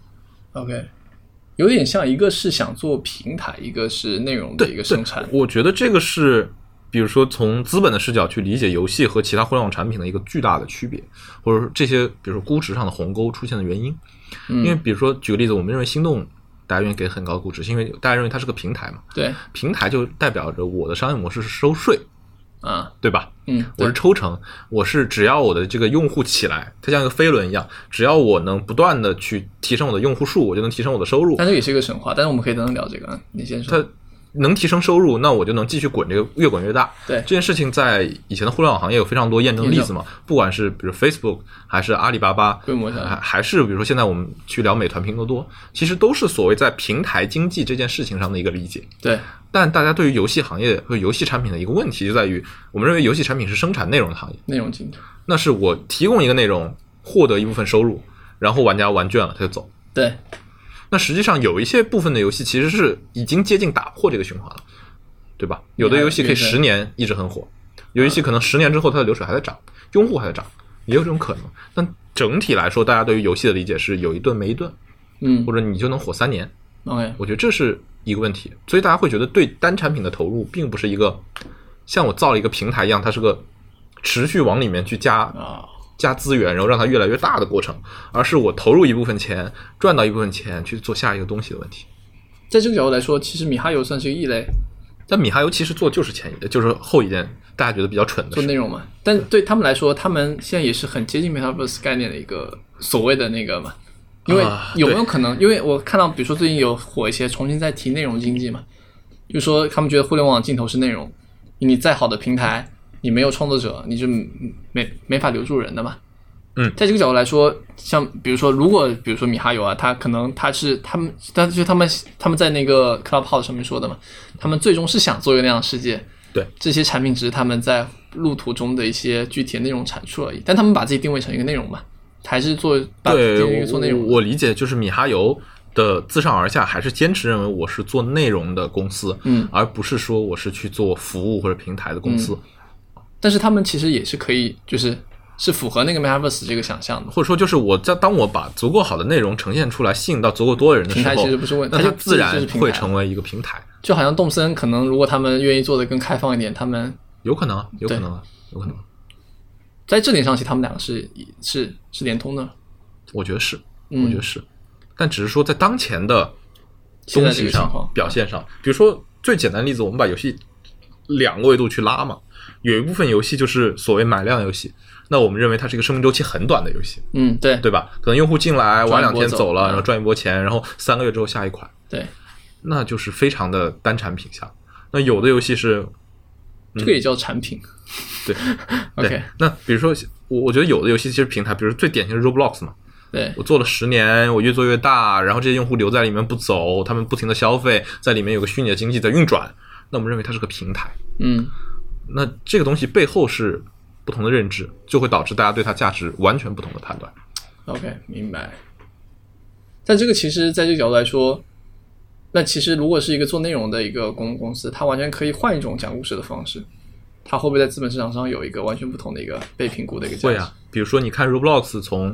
OK， 有点像一个是想做平台，一个是内容的一个生产。 我觉得这个是比如说从资本的视角去理解游戏和其他互联网产品的一个巨大的区别，或者说这些比如说估值上的鸿沟出现的原因。因为比如说举个例子，我们认为心动大家愿意给很高的估值，是因为大家认为它是个平台嘛。 对， 平台就代表着我的商业模式是收税啊， 对吧？我是抽成，我是只要我的这个用户起来，它像一个飞轮一样，只要我能不断的去提升我的用户数，我就能提升我的收入。 但这也是一个神话，但是我们可以等等聊这个。你先说。 它能提升收入，那我就能继续滚，这个越滚越大。 对， 这件事情在以前的互联网行业有非常多验证的例子嘛，不管是比如 Facebook 还是阿里巴巴， 规模上还是比如说现在我们去聊美团、拼多多，其实都是所谓在平台经济这件事情上的一个理解。 对， 但大家对于游戏行业和游戏产品的一个问题就在于，我们认为游戏产品是生产内容的行业， 内容经济， 那是我提供一个内容，获得一部分收入，然后玩家玩倦了他就走。 对， 那实际上有一些部分的游戏其实是已经接近打破这个循环了。对吧？有的游戏可以10年一直很火，有游戏可能10年之后它的流水还在涨，用户还在涨，也有这种可能。但整体来说，大家对于游戏的理解是有一顿没一顿，或者你就能火3年。 OK， 我觉得这是一个问题，所以大家会觉得对单产品的投入并不是一个像我造了一个平台一样，它是个持续往里面去加资源，然后让它越来越大的过程，而是我投入一部分钱，赚到一部分钱去做下一个东西的问题。 在这个角度来说，其实米哈游算是一个异类。 但米哈游其实做就是就是后一件大家觉得比较蠢的事， 做内容嘛。但对他们来说，他们现在也是很接近 Metaverse 概念的一个所谓的那个嘛。因为有没有可能？因为我看到，比如说最近有火一些重新在提内容经济嘛，就是说他们觉得互联网尽头是内容，你再好的平台，你没有创作者，你就没法留住人的嘛。在这个角度来说，像比如说，比如说米哈游啊，他可能他们在那个 Clubhouse 上面说的嘛，他们最终是想做一个那样的世界。 对， 这些产品只是他们在路途中的一些具体的内容产出而已，但他们把自己定位成一个内容嘛，还是把自己定位做内容。 我理解就是米哈游的自上而下还是坚持认为我是做内容的公司，而不是说我是去做服务或者平台的公司。 但是他们其实也是可以，是符合那个 Metaverse 这个想象的， 或者说就是当我把足够好的内容呈现出来，吸引到足够多的人的时候， 平台其实不是问题， 那它自然会成为一个平台。 就好像动森可能如果他们愿意做的更开放一点，他们有可能。 在这点上，其实他们两个是连通的。 我觉得是，但只是说在当前的东西上表现上，比如说最简单的例子，我们把游戏2个维度去拉嘛，有一部分游戏就是所谓买量游戏。那我们认为它是一个生命周期很短的游戏，对吧？可能用户进来玩2天走了，然后赚一波钱，然后3个月之后下一款， 对， 那就是非常的单产品下。那有的游戏是， 这个也叫产品， 对 ，OK。 那比如说，我觉得有的游戏其实平台，比如最典型的 Roblox 嘛， 对， 我做了10年，我越做越大，然后这些用户留在里面不走，他们不停的消费，在里面有个虚拟的经济在运转，那我们认为它是个平台，那这个东西背后是不同的认知，就会导致大家对它价值完全不同的判断。 OK， 明白。但这个其实在这个角度来说，那其实如果是一个做内容的一个公司，它完全可以换一种讲故事的方式，它会不会在资本市场上有一个完全不同的一个被评估的一个价值？ 会啊，比如说你看 Roblox 从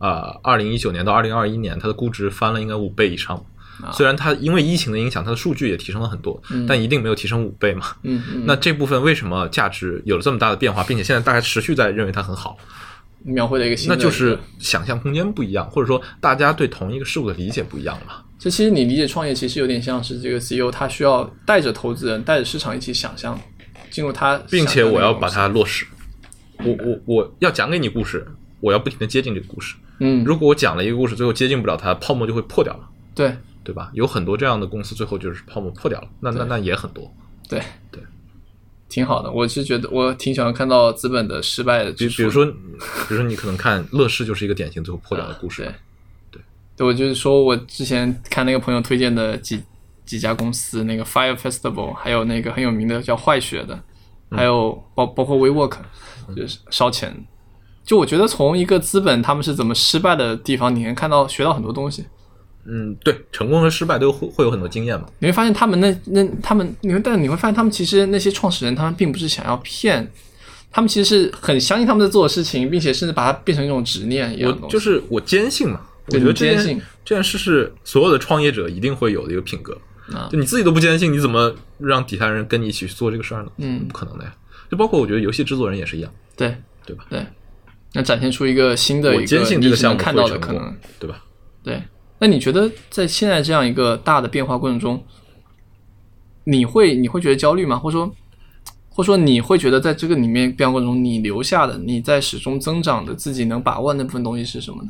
2019年到2021年，它的估值翻了应该5倍以上。虽然它因为疫情的影响，它的数据也提升了很多，但一定没有提升5倍嘛。那这部分为什么价值有了这么大的变化，并且现在大家持续在认为它很好？ 描绘了一个新的， 那就是想象空间不一样，或者说大家对同一个事物的理解不一样了。 其实你理解创业，其实有点像是这个 CEO 他需要带着投资人、带着市场一起想象，进入他， 并且我要把它落实。我要讲给你故事，我要不停的接近这个故事。如果我讲了一个故事，最后接近不了它，泡沫就会破掉了。对吧？有很多这样的公司，最后就是泡沫破掉了。那也很多。对， 挺好的。我是觉得我挺喜欢看到资本的失败的。 比如说你可能看乐视就是一个典型最后破掉的故事。 对，我就是说我之前看那个朋友推荐的几家公司，那个 Fire Festival， 还有那个很有名的叫坏血的，还有包括 WeWork， 就是烧钱。就我觉得从一个资本他们是怎么失败的地方，你能学到很多东西。 对，成功和失败都会有很多经验嘛。 你会发现他们但你会发现他们其实那些创始人，他们并不是想要骗，他们其实是很相信他们在做的事情，并且甚至把它变成一种执念一样的东西。 就是我坚信嘛， 我觉得坚信这件事是所有的创业者一定会有的一个品格。就你自己都不坚信，你怎么让底下人跟你一起去做这个事儿呢？不可能的呀。就包括我觉得游戏制作人也是一样， 对吧？ 对，那展现出一个新的一个我坚信这个项目看到的可能， 对吧？ 对。那你觉得在现在这样一个大的变化过程中，你会觉得焦虑吗？或者说你会觉得在这个里面变化过程中，你留下的你在始终增长的自己能把握那部分东西是什么呢？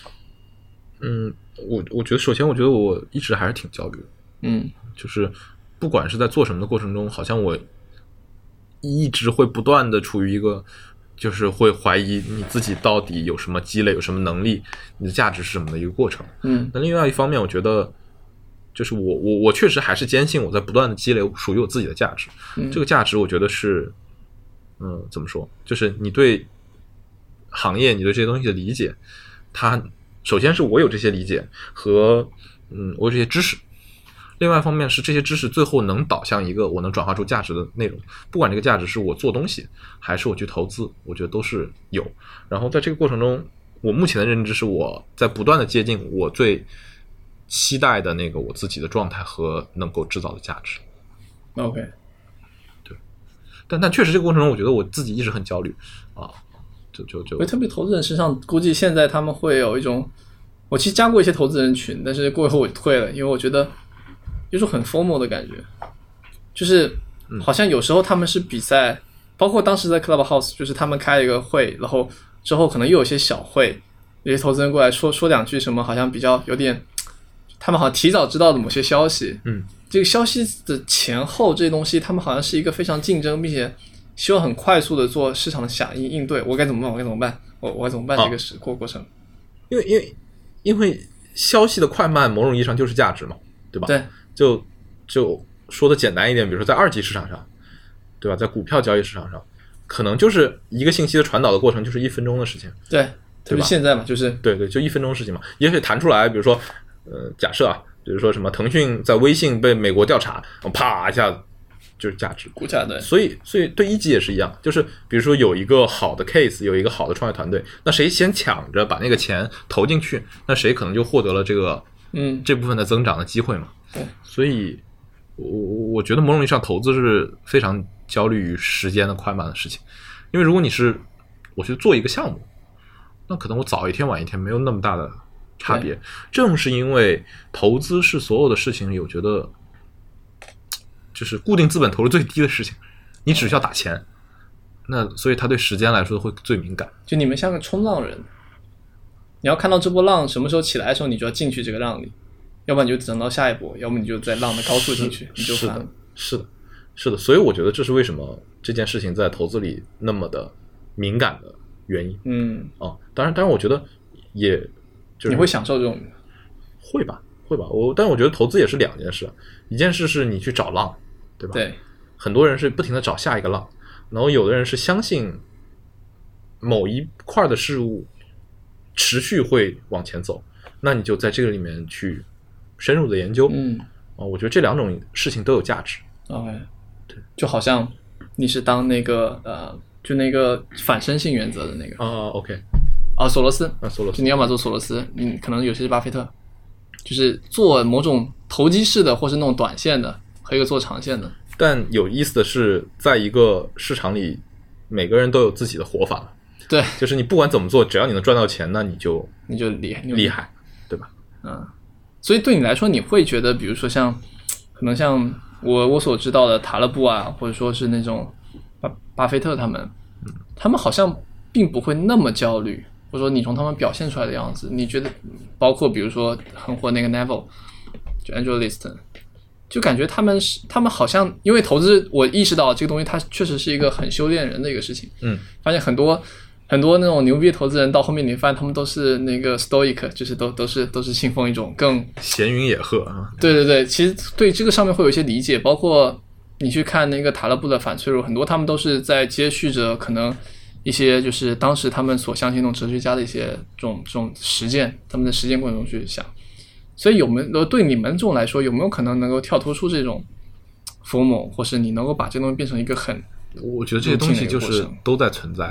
我觉得首先我觉得我一直还是挺焦虑的。就是不管是在做什么的过程中，好像我一直会不断的处于一个就是会怀疑你自己到底有什么积累，有什么能力，你的价值是什么的一个过程。那另外一方面我觉得就是我确实还是坚信我在不断的积累属于我自己的价值。这个价值我觉得是怎么说，就是你对行业你对这些东西的理解，它首先是我有这些理解和我有这些知识，另外一方面是这些知识最后能导向一个我能转化出价值的内容，不管这个价值是我做东西还是我去投资，我觉得都是有。然后在这个过程中，我目前的认知是我在不断的接近我最期待的那个我自己的状态和能够制造的价值。 OK， 对，但确实这个过程中我觉得我自己一直很焦虑啊，就特别投资人身上估计现在他们会有一种，我其实加过一些投资人群，但是过后我退了，因为我觉得有种很 FOMO 的感觉，就是好像有时候他们是比赛，包括当时在 Clubhouse 就是他们开了一个会，然后之后可能又有些小会，有些投资人过来说两句什么，好像比较有点他们好像提早知道的某些消息，这个消息的前后这些东西他们好像是一个非常竞争并且希望很快速的做市场的响应应对，我该怎么办我该怎么办这个过程。 因为消息的快慢某种意义上就是价值嘛，对吧？ 对， 就说的简单一点，比如说在二级市场上，对吧？在股票交易市场上，可能就是一个信息的传导的过程就是1分钟的事情。 对，特别现在嘛，就是对，就1分钟的事情嘛，也可以弹出来，比如说假设啊，比如说什么腾讯在微信被美国调查，啪一下就是价值股价。对， 所以对一级也是一样，就是比如说有一个好的 case， 有一个好的创业团队，那谁先抢着把那个钱投进去，那谁可能就获得了这个这部分的增长的机会嘛。 对， 所以我觉得某种意义上投资是非常焦虑于时间的快慢的事情，因为如果我去做一个项目，那可能我早一天晚一天没有那么大的差别。正是因为投资是所有的事情里我觉得就是固定资本投入最低的事情，你只需要打钱，那所以他对时间来说会最敏感。 就你们像个冲浪人，你要看到这波浪什么时候起来的时候，你就要进去这个浪里，要不然你就等到下一波，要不你就在浪的高处进去，你就翻了。 是的，所以我觉得这是为什么这件事情在投资里那么的敏感的原因。当然我觉得也就是你会享受这种， 会吧，但我觉得投资也是两件事，一件事是你去找浪，对吧？ 对， 很多人是不停的找下一个浪，然后有的人是相信某一块的事物持续会往前走，那你就在这个里面去深入的研究。我觉得这两种事情都有价值。 OK， 对，就好像你是当那个就那个反身性原则的那个 OK 索罗斯索罗斯， 就你要么做索罗斯，你可能有些是巴菲特，就是做某种投机式的或是那种短线的和一个做长线的。 但有意思的是，在一个市场里每个人都有自己的活法。 对， 就是你不管怎么做，只要你能赚到钱，那你就厉害，对吧？ 所以对你来说，你会觉得比如说可能像我所知道的塔勒布啊，或者说是那种巴菲特他们好像并不会那么焦虑，或者说你从他们表现出来的样子，你觉得包括比如说很火那个 Neville 就 Angela Liston， 就感觉他们好像因为投资，我意识到这个东西它确实是一个很修炼人的一个事情。发现很多那种牛逼的投资人到后面你发现他们都是那个 stoic， 就是都是信奉一种更闲云野鹤。 对，其实对这个上面会有一些理解，包括你去看那个塔勒布的反脆弱，很多他们都是在接续着可能一些就是当时他们所相信那种哲学家的一些这种实践，他们的实践过程中去想。所以有没有对你们这种来说，有没有可能能够跳脱出这种 FOMO， 或是你能够把这东西变成一个很， 我觉得这些东西就是都在存在啊。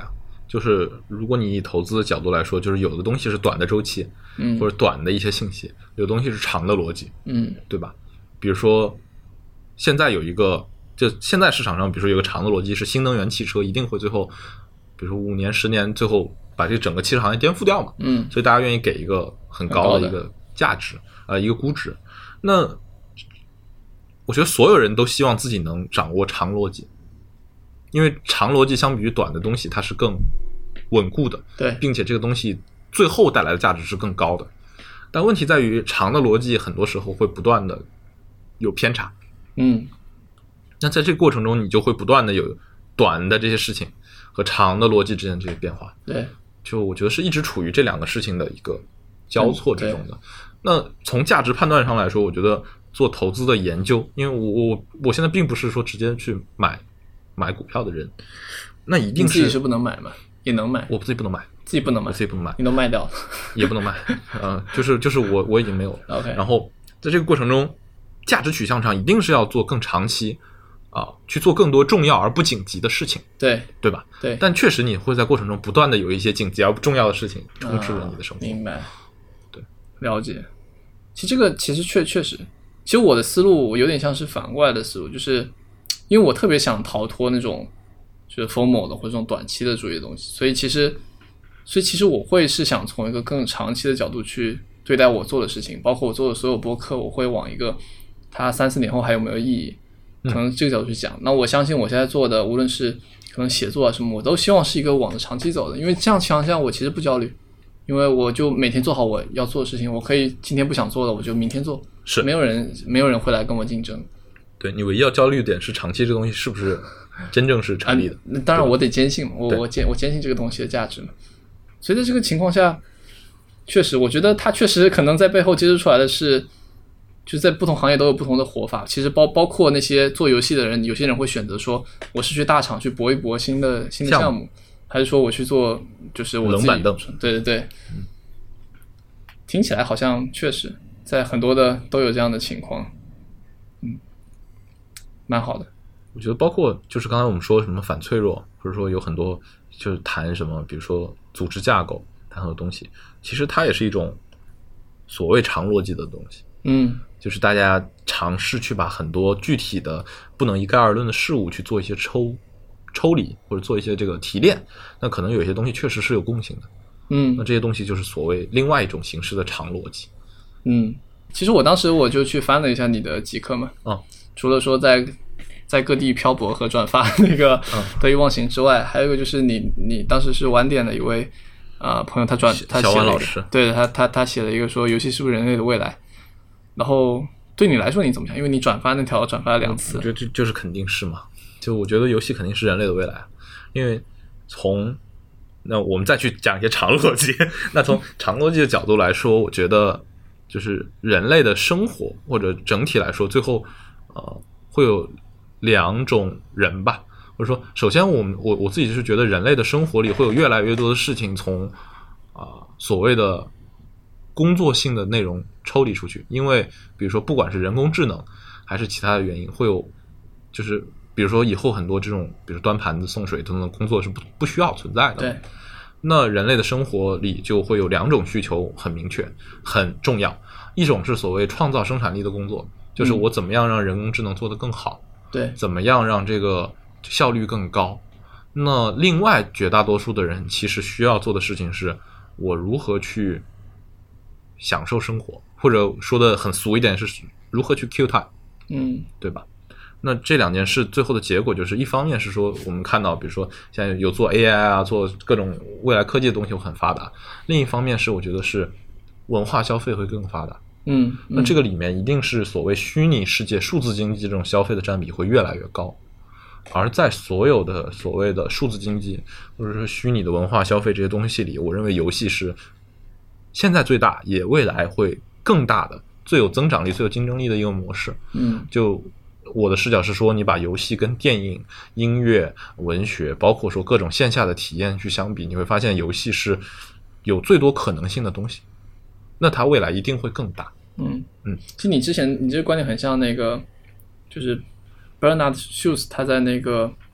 就是如果你以投资的角度来说，就是有的东西是短的周期，或者短的一些信息，有的东西是长的逻辑，对吧？比如说现在有一个，就现在市场上，比如说有个长的逻辑是新能源汽车一定会最后，比如说5年10年，最后把这整个汽车行业颠覆掉嘛，所以大家愿意给一个很高的一个价值，一个估值。那我觉得所有人都希望自己能掌握长逻辑，因为长逻辑相比于短的东西它是更稳固的， 对， 并且这个东西最后带来的价值是更高的。但问题在于长的逻辑很多时候会不断的有偏差，那在这个过程中你就会不断的有短的这些事情和长的逻辑之间的这些变化， 对， 就我觉得是一直处于这两个事情的一个交错之中的。那从价值判断上来说，我觉得做投资的研究，因为我现在并不是说直接去买股票的人，那一定你自己是不能买吗？也能买， 我自己不能买， 自己不能买， 我自己不能买， 你都卖掉了， 也不能买，就是我已经没有了。 OK， 然后在这个过程中，价值取向上一定是要做更长期去做更多重要而不紧急的事情，对吧？ 对。 但确实你会在过程中不断的有一些紧急而不重要的事情充斥着你的生活。 明白， 对， 了解。其实这个其实确实，其实我的思路有点像是反过来的思路，就是因为我特别想逃脱那种就是 FOMO 的或者这种短期的主义的东西，所以其实我会是想从一个更长期的角度去对待我做的事情，包括我做的所有播客，我会往一个它3-4年后还有没有意义，可能这个角度去讲。那我相信我现在做的无论是可能写作啊什么，我都希望是一个往着长期走的，因为这样情况下我其实不焦虑，因为我就每天做好我要做的事情，我可以今天不想做了我就明天做， 是没有人会来跟我竞争。对， 你唯一要焦虑的点是长期这个东西是不是真正是成立的， 当然我得坚信嘛，我坚信这个东西的价值嘛。所以在这个情况下，确实我觉得它确实可能在背后揭示出来的是，就是在不同行业都有不同的活法。其实包括那些做游戏的人，有些人会选择说我是去大厂去搏一搏新的项目，还是说我去做就是我自己冷板凳。 对，听起来好像确实在很多的都有这样的情况，蛮好的。 我觉得包括就是刚才我们说什么反脆弱，或者说有很多就是谈什么比如说组织架构，谈很多东西，其实它也是一种所谓长逻辑的东西。就是大家尝试去把很多具体的不能一概而论的事物去做一些抽离，或者做一些这个提炼，那可能有些东西确实是有共性的。那这些东西就是所谓另外一种形式的长逻辑。 其实我当时我就去翻了一下你的极客嘛，除了说在各地漂泊和转发那个得意忘形之外，还有一个就是你当时是晚点的一位朋友，他小万老师， 对，他写了一个说游戏是不是人类的未来，然后对你来说你怎么想？因为你转发那条转发了2次， 我觉得这就是肯定是嘛，就我觉得游戏肯定是人类的未来，因为那我们再去讲一些长逻辑，那从长逻辑的角度来说，我觉得就是人类的生活或者整体来说，最后会有2种人吧，或者说首先我自己是觉得人类的生活里会有越来越多的事情从所谓的工作性的内容抽离出去，因为比如说不管是人工智能还是其他的原因，会有就是比如说以后很多这种比如端盘子送水等等的工作是不需要存在的。 对， 那人类的生活里就会有2种需求很明确很重要，一种是所谓创造生产力的工作，就是我怎么样让人工智能做得更好， 对， 怎么样让这个效率更高。那另外绝大多数的人其实需要做的事情是我如何去享受生活，或者说的很俗一点是如何去 kill time，对吧？那这2件事最后的结果就是一方面是说我们看到比如说现在有做 AI 啊，做各种未来科技的东西很发达，另一方面是我觉得是文化消费会更发达。那这个里面一定是所谓虚拟世界数字经济这种消费的占比会越来越高，而在所有的所谓的数字经济或者说虚拟的文化消费这些东西里，我认为游戏是现在最大也未来会更大的最有增长力最有竞争力的一个模式。就我的视角是说，你把游戏跟电影、音乐、文学包括说各种线下的体验去相比，你会发现游戏是有最多可能性的东西，那它未来一定会更大。 其实你这个观点很像那个就是 Bernard Hughes 他在那个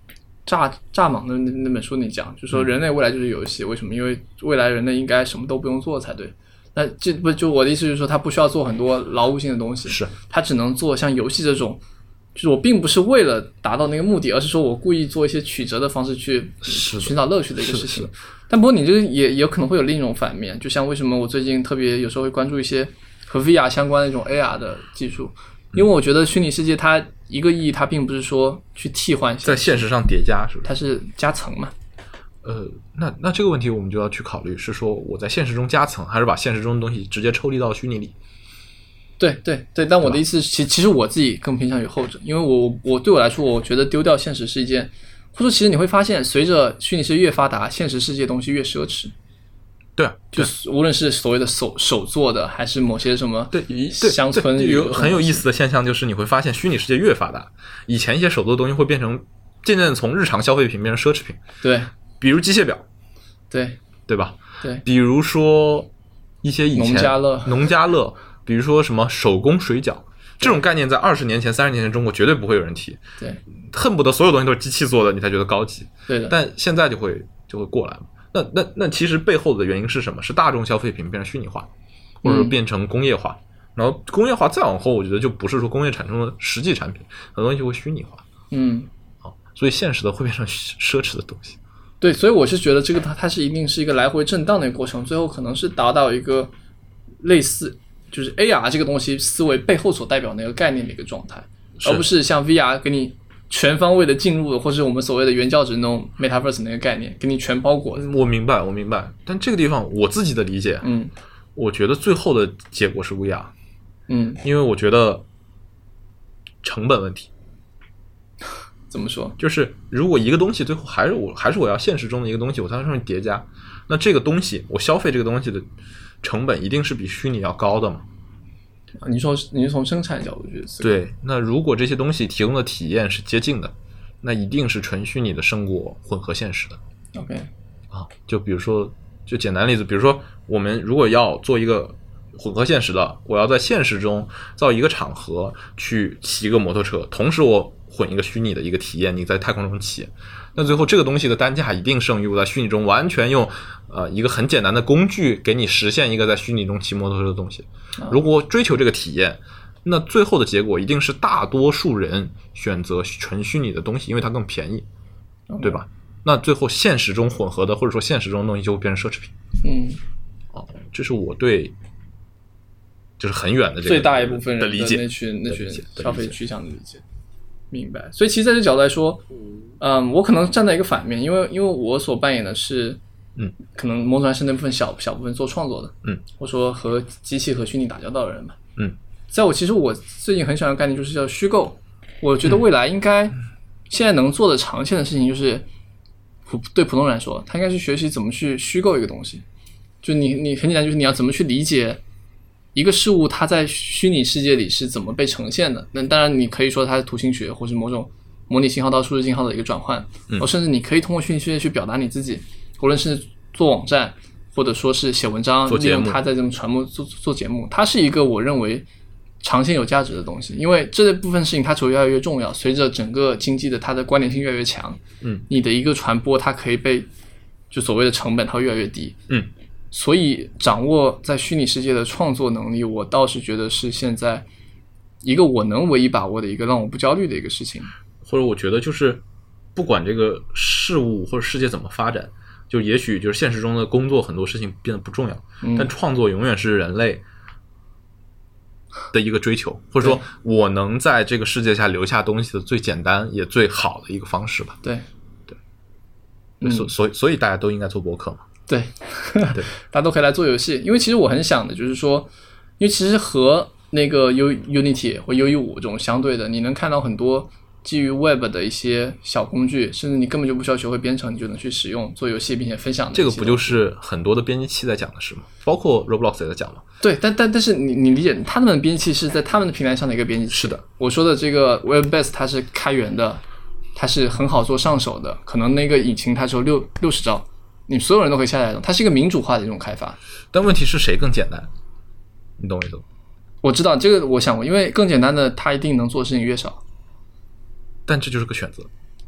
蚱蜢的那本书里讲，就说人类未来就是游戏，为什么？因为未来人类应该什么都不用做才对。那这不就我的意思就是说，他不需要做很多劳务性的东西， 是他只能做像游戏这种，就是我并不是为了达到那个目的，而是说我故意做一些曲折的方式去寻找乐趣的一个事情。但不过你这个也有可能会有另一种反面，就像为什么我最近特别有时候会关注一些和 VR 相关的这种 AR 的技术，因为我觉得虚拟世界它一个意义，它并不是说去替换在现实上叠加，是不是？ 它是加层嘛。 那这个问题我们就要去考虑，是说我在现实中加层，还是把现实中的东西直接抽离到虚拟里？ 对，但我的意思其实我自己更偏向于后者，因为我对我来说，我觉得丢掉现实是一件，或者说其实你会发现，随着虚拟世界越发达，现实世界的东西越奢侈。 对啊， 就是无论是所谓的手做的，还是某些什么乡村有很有意思的现象，就是你会发现虚拟世界越发达，以前一些手做的东西会变成渐渐从日常消费品变成奢侈品。 对， 比如机械表，对吧？ 对， 比如说一些以前农家乐，比如说什么手工水饺，这种概念在20年前、30年前中国绝对不会有人提。 对， 恨不得所有东西都是机器做的，你才觉得高级。 对的。 但现在就会过来了。那其实背后的原因是什么？是大众消费品变成虚拟化，或者说变成工业化。然后工业化再往后，我觉得就不是说工业产生的实际产品，很多东西会虚拟化。所以现实的会变成奢侈的东西。 对，所以我是觉得这个它是一定是一个来回震荡的一个过程，最后可能是达到一个类似就是 AR 这个东西思维背后所代表那个概念的一个状态，而不是像 VR 给你全方位的进入的，或是我们所谓的原教旨那种 Metaverse 那个概念给你全包裹。 我明白，但这个地方我自己的理解，我觉得最后的结果是 VR，因为我觉得成本问题。 怎么说？ 就是如果一个东西最后还是我要现实中的一个东西，我在上面叠加，那这个东西我消费这个东西的成本一定是比虚拟要高的嘛？ 你是从生产角度去思考。 对，那如果这些东西提供的体验是接近的，那一定是纯虚拟的胜过混合现实的。 OK， 就比如说，就简单例子，比如说我们如果要做一个混合现实的，我要在现实中造一个场合去骑一个摩托车，同时我混一个虚拟的一个体验，你在太空中骑，那最后这个东西的单价一定胜于我在虚拟中完全用一个很简单的工具给你实现一个在虚拟中骑摩托车的东西。如果追求这个体验，那最后的结果一定是大多数人选择纯虚拟的东西，因为它更便宜，对吧？那最后现实中混合的或者说现实中的东西就会变成奢侈品。这是我对就是很远的这个最大一部分人的理解， 那群消费趋向的理解。明白。所以其实在这角度来说，我可能站在一个反面，因为我所扮演的是，可能某种是那部分小部分做创作的，或者说和机器和虚拟打交道的人嘛，其实我最近很喜欢的概念就是叫虚构。我觉得未来应该现在能做的长线的事情，就是对普通人来说，他应该去学习怎么去虚构一个东西。就你很简单，就是你要怎么去理解一个事物它在虚拟世界里是怎么被呈现的。那当然你可以说它是图形学或是某种模拟信号到数字信号的一个转换，甚至你可以通过虚拟世界去表达你自己，无论是做网站或者说是写文章，利用它在这种传播做节目，它是一个我认为长线有价值的东西。因为这部分事情它只会越来越重要，随着整个经济的它的关联性越来越强，你的一个传播它可以被就所谓的成本它会越来越低，所以掌握在虚拟世界的创作能力，我倒是觉得是现在一个我能唯一把握的一个让我不焦虑的一个事情。 或者我觉得就是不管这个事物或者世界怎么发展，就也许就是现实中的工作很多事情变得不重要，但创作永远是人类的一个追求，或者说我能在这个世界下留下东西的最简单也最好的一个方式吧。 对， 所以大家都应该做博客嘛。 对大家都可以来做游戏。因为其实我很想的就是说，因为其实和那个 Unity 或 UE5 这种相对的，你能看到很多基于 Web 的一些小工具，甚至你根本就不需要学会编程，你就能去使用做游戏并且分享的。 这个不就是很多的编辑器在讲的事吗？包括 Roblox 也在讲吗？ 对，但是你理解，他们的编辑器是在他们的平台上的一个编辑器。 是的， 我说的这个 WebBase 它是开源的，它是很好做上手的，可能那个引擎它只有60兆，你所有人都可以下载的，它是一个民主化的一种开发。 但问题是谁更简单？你懂我意思吗？ 我知道这个，我想过，因为更简单的它一定能做的事情越少。 但这就是个选择。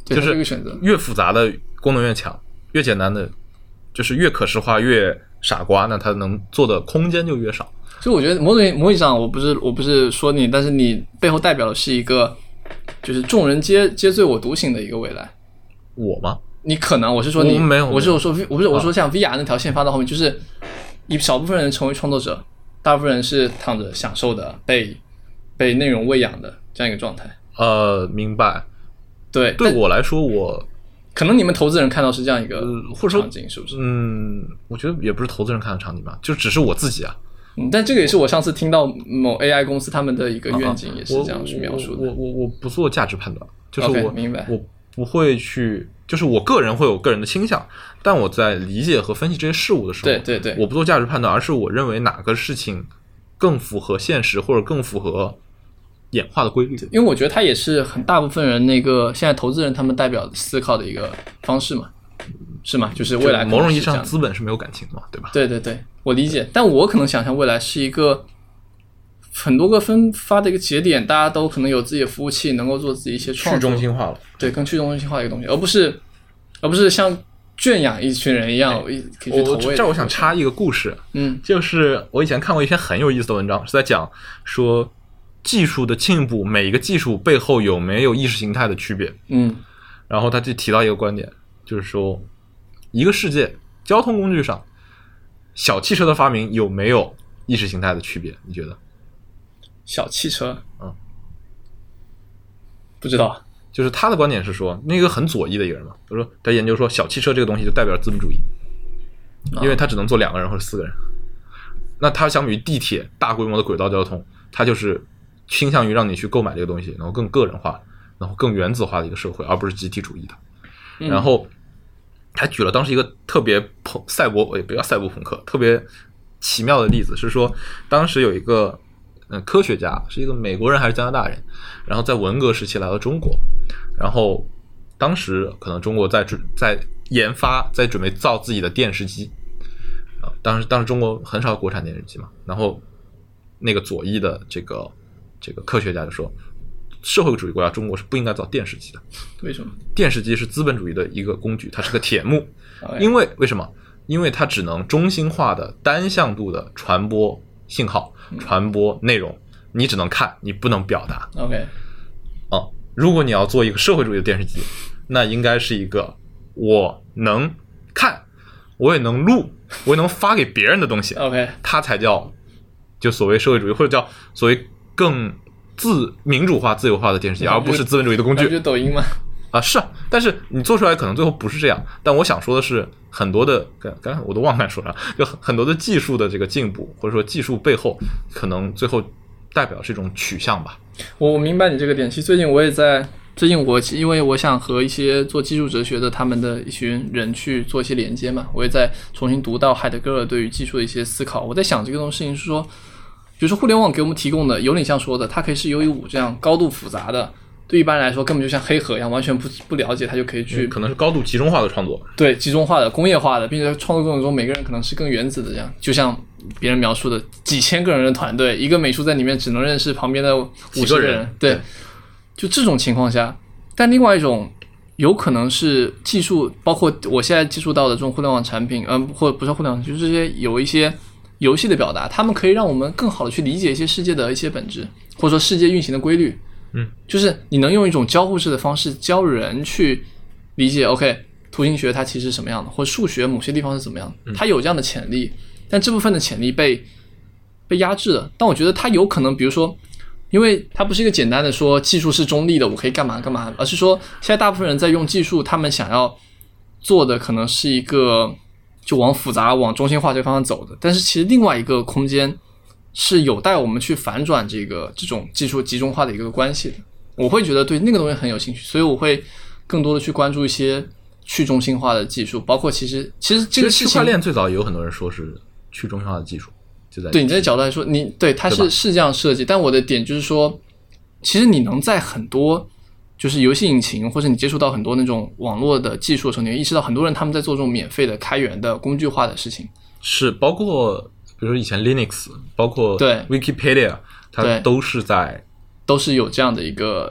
对就是这个选择越复杂的功能越强，越简单的就是越可视化越傻瓜，那它能做的空间就越少。 所以我觉得某种意义上，我不是说你，但是你背后代表的是一个就是众人皆醉我独醒的一个未来。 我吗？ 你可能我是说你没有， 我说像 VR 那条线发到后面，就是一少部分人成为创作者，大部分人是躺着享受的，被内容喂养的这样一个状态。 明白。 对我来说，我可能你们投资人看到是这样一个或者说场景，是不是？ 我觉得也不是投资人看的场景吧，就只是我自己啊。 但这个也是我上次听到某 AI 公司他们的一个愿景，也是这样去描述的。 我不做价值判断，就是 okay, 明白。 我不会去，就是我个人会有个人的倾向，但我在理解和分析这些事物的时候， 对， 我不做价值判断，而是我认为哪个事情更符合现实，或者更符合演化的规律。 因为我觉得它也是很大部分人那个现在投资人他们代表思考的一个方式嘛。是吗？就是未来某种意义上，资本是没有感情的嘛，对吧？ 对，我理解。但我可能想象未来是一个很多个分发的一个节点，大家都可能有自己的服务器，能够做自己一些创作。 去中心化了， 对，更去中心化的一个东西，而不是像圈养一群人一样，可以去投喂。 这儿我想插一个故事，就是我以前看过一篇很有意思的文章，是在讲说技术的进步，每一个技术背后有没有意识形态的区别。然后他就提到一个观点，就是说一个世界交通工具上，小汽车的发明有没有意识形态的区别？你觉得？ 小汽车，不知道。 就是他的观点是说，那个很左翼的一个人嘛，他说他研究说小汽车这个东西就代表资本主义，因为它只能坐2个人或者4个人。那它相比于地铁大规模的轨道交通，它就是倾向于让你去购买这个东西，然后更个人化，然后更原子化的一个社会，而不是集体主义的。然后他举了当时一个特别也不叫赛博朋克，特别奇妙的例子，是说当时有一个科学家，是一个美国人还是加拿大人，然后在文革时期来到中国，然后当时可能中国在研发，在准备造自己的电视机当时中国很少国产电视机嘛，然后那个左翼的这个科学家就说，社会主义国家中国是不应该造电视机的。 为什么？ 电视机是资本主义的一个工具，它是个铁幕。为什么？因为它只能中心化的单向度的传播信号，传播内容，你只能看，你不能表达。如果你要做一个社会主义的电视机，那应该是一个我能看，我也能录，我也能发给别人的东西。它才叫就所谓社会主义，或者叫所谓更民主化、自由化的电视机，而不是资本主义的工具。 就抖音吗？ 是啊，但是你做出来可能最后不是这样。但我想说的是，很多的刚才我都忘了说了，就很多的技术的这个进步，或者说技术背后可能最后代表是一种取向吧。 我明白你这个点。其实最近我因为我想和一些做技术哲学的他们的一群人去做一些连接嘛，我也在重新读到海德格尔对于技术的一些思考。我在想这个东西是说，比如说互联网给我们提供的，有点像说的，它可以是1:5这样高度复杂的，对一般人来说根本就像黑盒一样，完全不了解，它就可以去可能是高度集中化的创作， 对，集中化的工业化的，并且创作过程中每个人可能是更原子的这样，就像别人描述的几千个人的团队，一个美术在里面只能认识旁边的50个人，对，就这种情况下。但另外一种有可能是技术，包括我现在接触到的这种互联网产品，或者不是互联网，就是这些有一些游戏的表达，他们可以让我们更好的去理解一些世界的一些本质，或者说世界运行的规律。就是你能用一种交互式的方式教人去理解 OK 图形学它其实是什么样的，或者数学某些地方是怎么样的，它有这样的潜力，但这部分的潜力被压制了。但我觉得它有可能，比如说，因为它不是一个简单的说技术是中立的，我可以干嘛干嘛，而是说现在大部分人在用技术，他们想要做的可能是一个就往复杂、往中心化这个方向走的，但是其实另外一个空间是有待我们去反转这种技术集中化的一个关系的。我会觉得对那个东西很有兴趣，所以我会更多的去关注一些去中心化的技术，包括其实这个事情， 区块链最早也有很多人说是去中心化的技术，就在对你这角度来说，对它是这样设计，但我的点就是说，其实你能在很多就是游戏引擎或者你接触到很多那种网络的技术的时候，你会意识到很多人他们在做这种免费的开源的工具化的事情， 是包括比如说以前 Linux， 包括 Wikipedia， 它都是有这样的一个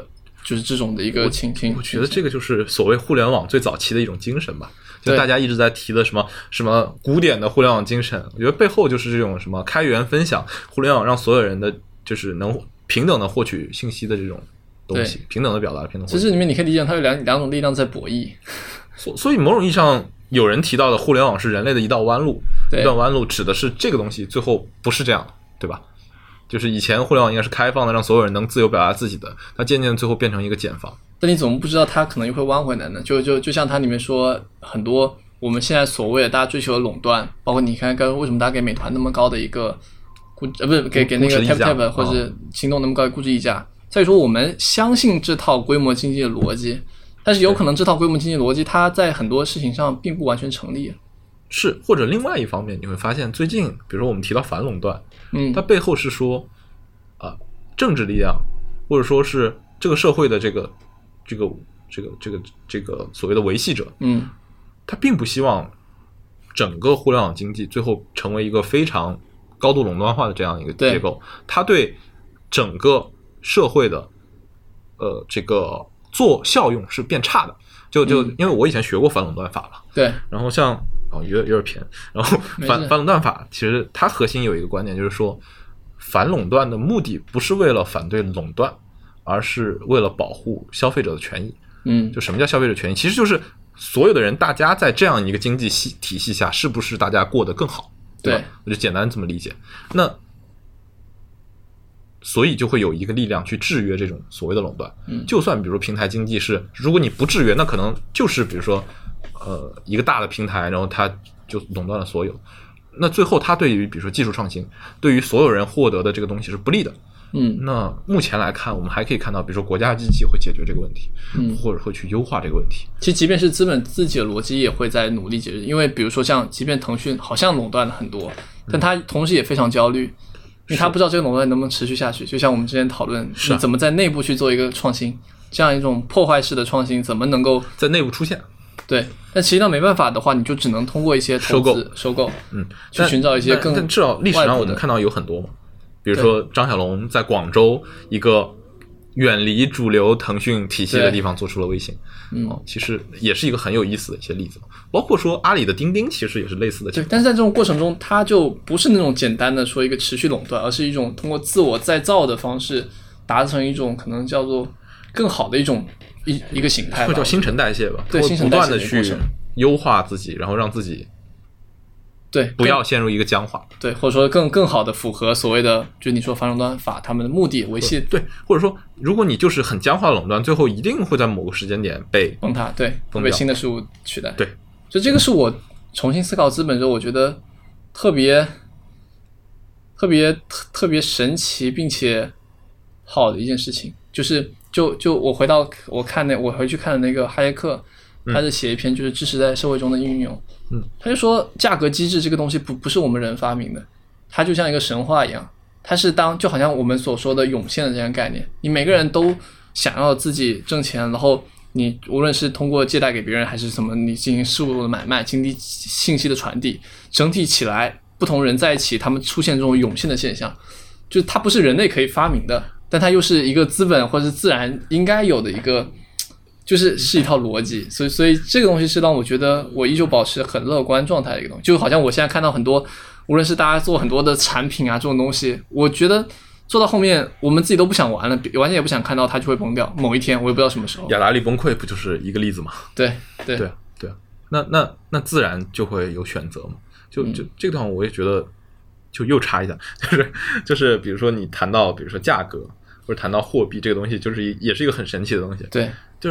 就是这种的一个情形。 我觉得这个就是所谓互联网最早期的一种精神吧，就大家一直在提的什么古典的互联网精神，我觉得背后就是这种什么开源分享，互联网让所有人的就是能平等的获取信息的这种东西，平等的表达，平等的获取。 其实里面你可以理解它有两种力量在博弈。 所以某种意义上，有人提到的互联网是人类的一道弯路，一段弯路指的是这个东西最后不是这样的，对吧？就是以前互联网应该是开放的，让所有人能自由表达自己的，它渐渐最后变成一个茧房。 但你怎么不知道它可能又会弯回来呢？就像它里面说，很多我们现在所谓的大家追求的垄断，包括你看为什么大家给美团那么高的一个不是给那个 TapTap 或者行动那么高的估值溢价，所以说我们相信这套规模经济的逻辑，但是有可能这套规模经济逻辑它在很多事情上并不完全成立。 是，或者另外一方面你会发现，最近比如说我们提到反垄断，它背后是说政治力量，或者说是这个社会的这个所谓的维系者，他并不希望整个互联网经济最后成为一个非常高度垄断化的这样一个结构，他对整个社会的这个做效用是变差的。就因为我以前学过反垄断法了， 对， 然后像有点偏，然后反垄断法其实它核心有一个观点，就是说反垄断的目的不是为了反对垄断，而是为了保护消费者的权益。就什么叫消费者权益？其实就是所有的人，大家在这样一个经济体系下，是不是大家过得更好？对吧？我就简单这么理解。那所以就会有一个力量去制约这种所谓的垄断。就算比如说平台经济是，如果你不制约，那可能就是比如说一个大的平台，然后它就垄断了所有。那最后它对于比如说技术创新，对于所有人获得的这个东西是不利的。那目前来看，我们还可以看到，比如说国家机器会解决这个问题，或者会去优化这个问题。 其实即便是资本自己的逻辑也会在努力解决，因为比如说像即便腾讯好像垄断了很多，但它同时也非常焦虑，因为他不知道这个垄断能不能持续下去。就像我们之前讨论，你怎么在内部去做一个创新，这样一种破坏式的创新怎么能够在内部出现？ 对，但实际上没办法的话，你就只能通过一些投资收购，去寻找一些更。 但至少历史上我们看到有很多嘛，比如说张小龙在广州一个远离主流腾讯体系的地方做出了微信，其实也是一个很有意思的一些例子。包括说阿里的钉钉其实也是类似的情况。 对，但是在这种过程中，它就不是那种简单的说一个持续垄断，而是一种通过自我再造的方式，达成一种可能叫做更好的一个形态吧， 或者叫新陈代谢吧。 对，新陈代谢的不断的去优化自己，然后让自己不要陷入一个僵化。 对，或者说更好的符合所谓的就你说反垄断法他们的目的维系。 对，或者说如果你就是很僵化的垄断，最后一定会在某个时间点被崩塌，对，被新的事物取代。 对， 所以这个是我重新思考资本的时候，我觉得特别神奇并且好的一件事情，就是我回去看的那个哈耶克，他是写一篇就是知识在社会中的运用。他就说价格机制这个东西不是我们人发明的，它就像一个神话一样，它是就好像我们所说的涌现的这样概念，你每个人都想要自己挣钱，然后你无论是通过借贷给别人还是什么，你进行事物的买卖，经历信息的传递，整体起来不同人在一起，他们出现这种涌现的现象，就是它不是人类可以发明的，但它又是一个资本或者是自然应该有的一个，就是一套逻辑。所以这个东西是让我觉得我依旧保持很乐观状态的一个东西。就好像我现在看到很多，无论是大家做很多的产品啊这种东西，我觉得做到后面我们自己都不想玩了，完全也不想看到它就会崩掉，某一天我也不知道什么时候。 雅达利崩溃不就是一个例子吗？ 对。 那自然就会有选择嘛。就这个地方我也觉得就又插一下，就是比如说你谈到比如说价格或者谈到货币这个东西，就是也是一个很神奇的东西。 对，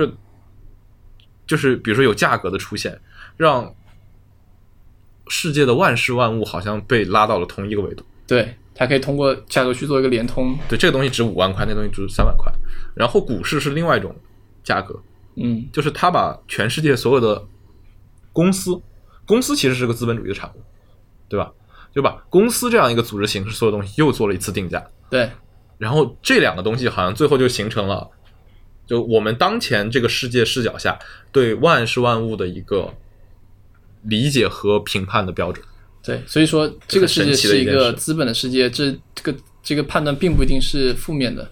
就是比如说有价格的出现，让世界的万事万物好像被拉到了同一个维度。 对，它可以通过价格去做一个联通。 对，这个东西值5万块，那东西值3万块。然后股市是另外一种价格，就是它把全世界所有的公司其实是个资本主义的产物，对吧？就把公司这样一个组织形式所有东西又做了一次定价。 对， 然后这两个东西好像最后就形成了就我们当前这个世界视角下对万事万物的一个理解和评判的标准。 对，所以说这个世界是一个资本的世界，这个判断并不一定是负面的，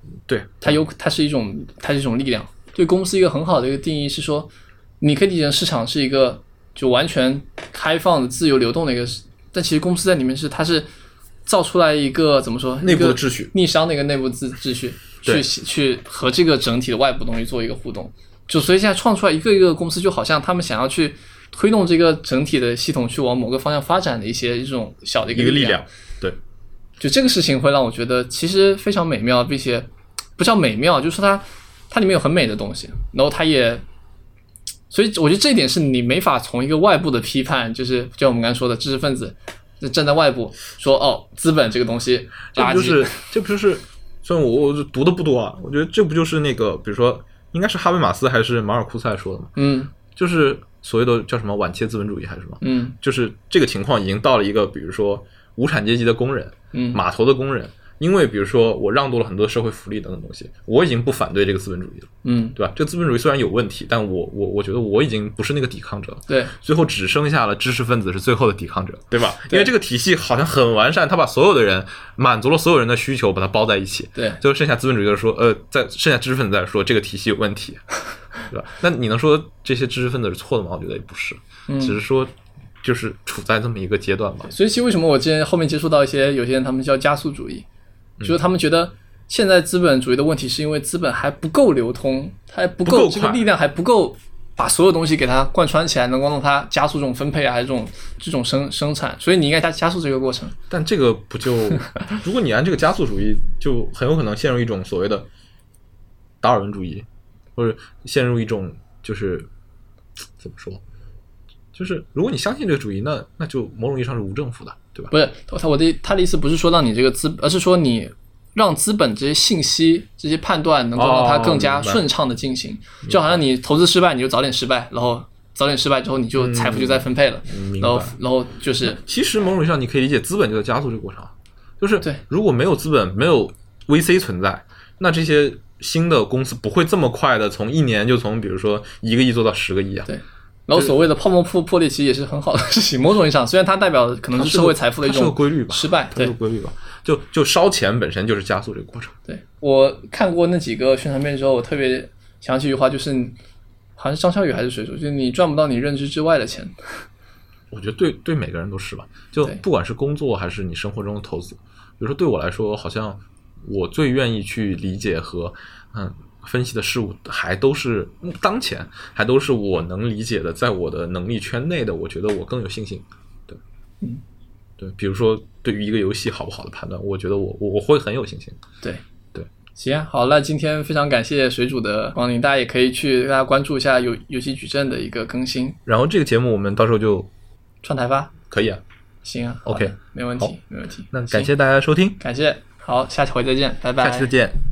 对， 它是一种力量。对公司一个很好的一个定义是说，你可以理解成市场是一个就完全开放的、自由流动的一个，但其实公司在里面它是造出来一个怎么说内部的秩序， 逆商的一个内部秩序，去和这个整体的外部东西做一个互动。就所以现在创出来一个一个公司，就好像他们想要去推动这个整体的系统去往某个方向发展的这种小的一个力量。 对， 就这个事情会让我觉得其实非常美妙，并且不叫美妙，就是说它里面有很美的东西，然后它也，所以我觉得这一点是你没法从一个外部的批判，就像我们刚才说的知识分子站在外部说资本这个东西垃圾， 这不就是虽然我读的不多啊，我觉得这不就是那个比如说应该是哈贝马斯还是马尔库塞说的吗？就是所谓的叫什么晚切资本主义还是什么？就是这个情况已经到了一个比如说无产阶级的工人，码头的工人，因为比如说我让渡了很多社会福利等等东西，我已经不反对这个资本主义了，对吧？这个资本主义虽然有问题，但我觉得我已经不是那个抵抗者了， 对， 最后只剩下了知识分子是最后的抵抗者，对吧？因为这个体系好像很完善，他把所有的人满足了所有人的需求，把它包在一起， 对， 最后剩下资本主义说，剩下知识分子在说这个体系有问题，对吧？那你能说这些知识分子是错的吗？我觉得也不是，只是说就是处在这么一个阶段吧。 所以其实为什么我之前后面接触到有些人他们叫加速主义，就是他们觉得现在资本主义的问题是因为资本还不够流通，它还不够这个力量还不够把所有东西给它贯穿起来，能够让它加速这种分配还是这种生产，所以你应该加速这个过程。 但这个不就如果你按这个加速主义，就很有可能陷入一种所谓的达尔文主义，或者陷入一种就是怎么说，就是如果你相信这个主义，那就某种意义上是无政府的，对吧？ 不是，他的意思不是说让你这个而是说你让资本这些信息、这些判断能够让它更加顺畅的进行，就好像你投资失败，你就早点失败，然后早点失败之后，你就财富就在分配了，然后就是， 其实某种意义上你可以理解资本就在加速这个过程，就是对， 如果没有资本，没有 VC 存在，那这些新的公司不会这么快的从1年就从比如说1个亿做到10个亿啊， 对。然后所谓的泡沫破裂其实也是很好的事情，某种意义上，虽然它代表可能是社会财富的一种规律吧， 失败， 对，是个规律吧。就烧钱本身就是加速这个过程。 对，我看过那几个宣传片之后，我特别想起一句话，就是好像是张小雨还是谁说，就是你赚不到你认知之外的钱。 我觉得对每个人都是吧，就不管是工作还是你生活中的投资，比如说对我来说，好像我最愿意去理解和分析的事物还都是当前还都是我能理解的，在我的能力圈内的，我觉得我更有信心。对，对，比如说对于一个游戏好不好的判断，我觉得我会很有信心。 对，行啊，好，那今天非常感谢水煮的光临，大家也可以去大家关注一下游戏矩阵的一个更新。 然后这个节目我们到时候就串台发， 可以啊。 行啊 ，OK， 没问题，没问题。 那感谢大家收听， 感谢，好，下回再见，拜拜。 下期再见。